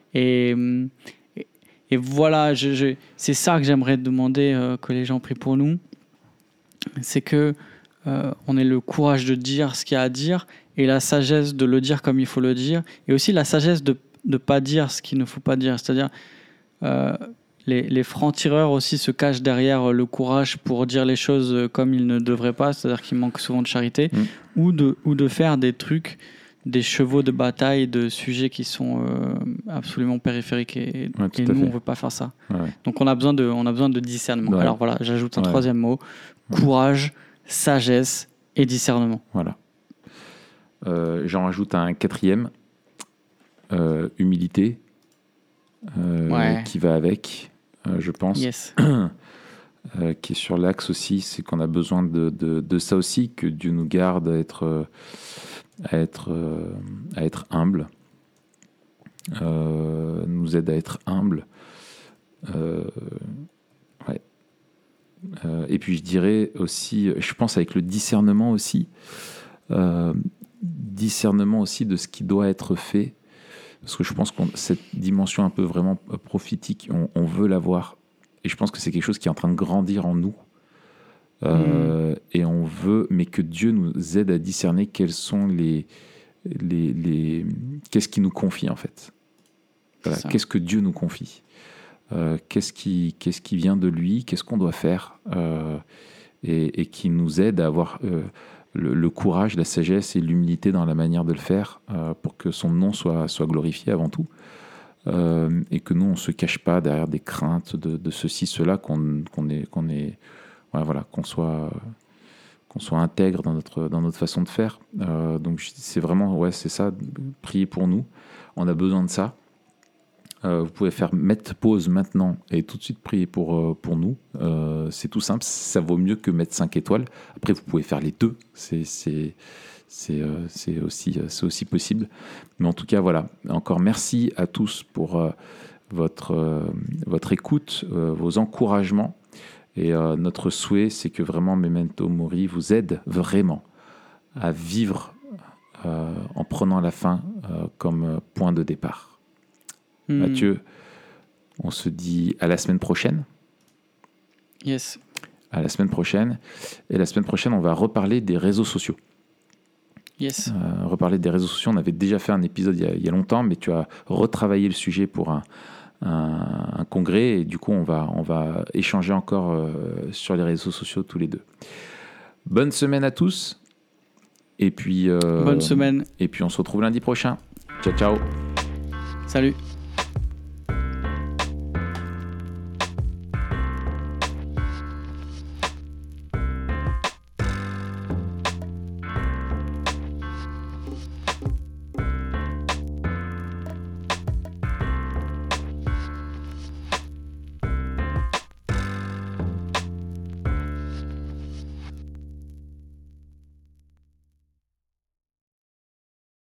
Et voilà, c'est ça que j'aimerais demander que les gens prient pour nous. C'est que on ait le courage de dire ce qu'il y a à dire et la sagesse de le dire comme il faut le dire, et aussi la sagesse de ne pas dire ce qu'il ne faut pas dire. C'est-à-dire, les francs-tireurs aussi se cachent derrière le courage pour dire les choses comme ils ne devraient pas, c'est-à-dire qu'ils manquent souvent de charité, ou de faire des trucs, des chevaux de bataille de sujets qui sont absolument périphériques, et nous, on ne veut pas faire ça. Ouais. Donc on a besoin de discernement. Ouais. Alors voilà, j'ajoute un troisième mot, courage, sagesse et discernement. Voilà. J'en rajoute un quatrième, humilité, qui va avec, je pense. Yes. Qui est sur l'axe aussi, c'est qu'on a besoin de ça aussi, que Dieu nous garde à être humble, nous aide à être humble. Et puis je dirais aussi, je pense avec le discernement aussi de ce qui doit être fait, parce que je pense que cette dimension un peu vraiment prophétique, on veut l'avoir, et je pense que c'est quelque chose qui est en train de grandir en nous, et on veut, mais que Dieu nous aide à discerner quels sont qu'est-ce qu'il nous confie en fait. Voilà, qu'est-ce que Dieu nous confie, qu'est-ce qui vient de lui, qu'est-ce qu'on doit faire, et qui nous aide à avoir le courage, la sagesse et l'humilité dans la manière de le faire, pour que son nom soit glorifié avant tout, et que nous on se cache pas derrière des craintes de ceci, cela, qu'on soit intègre dans notre façon de faire. Donc c'est vraiment, c'est ça, prier pour nous. On a besoin de ça. Vous pouvez mettre pause maintenant et tout de suite prier pour nous. C'est tout simple, ça vaut mieux que mettre 5 étoiles. Après, vous pouvez faire les deux, c'est aussi possible. Mais en tout cas, voilà. Encore merci à tous pour votre écoute, vos encouragements. Et notre souhait, c'est que vraiment Memento Mori vous aide vraiment à vivre en prenant la fin comme point de départ. Mathieu, on se dit à la semaine prochaine. Yes. À la semaine prochaine. Et la semaine prochaine, on va reparler des réseaux sociaux. Yes. Reparler des réseaux sociaux. On avait déjà fait un épisode il y a longtemps, mais tu as retravaillé le sujet pour un congrès, et du coup on va échanger encore sur les réseaux sociaux tous les deux. Bonne semaine à tous, et puis bonne semaine, et puis on se retrouve lundi prochain. Ciao. Salut.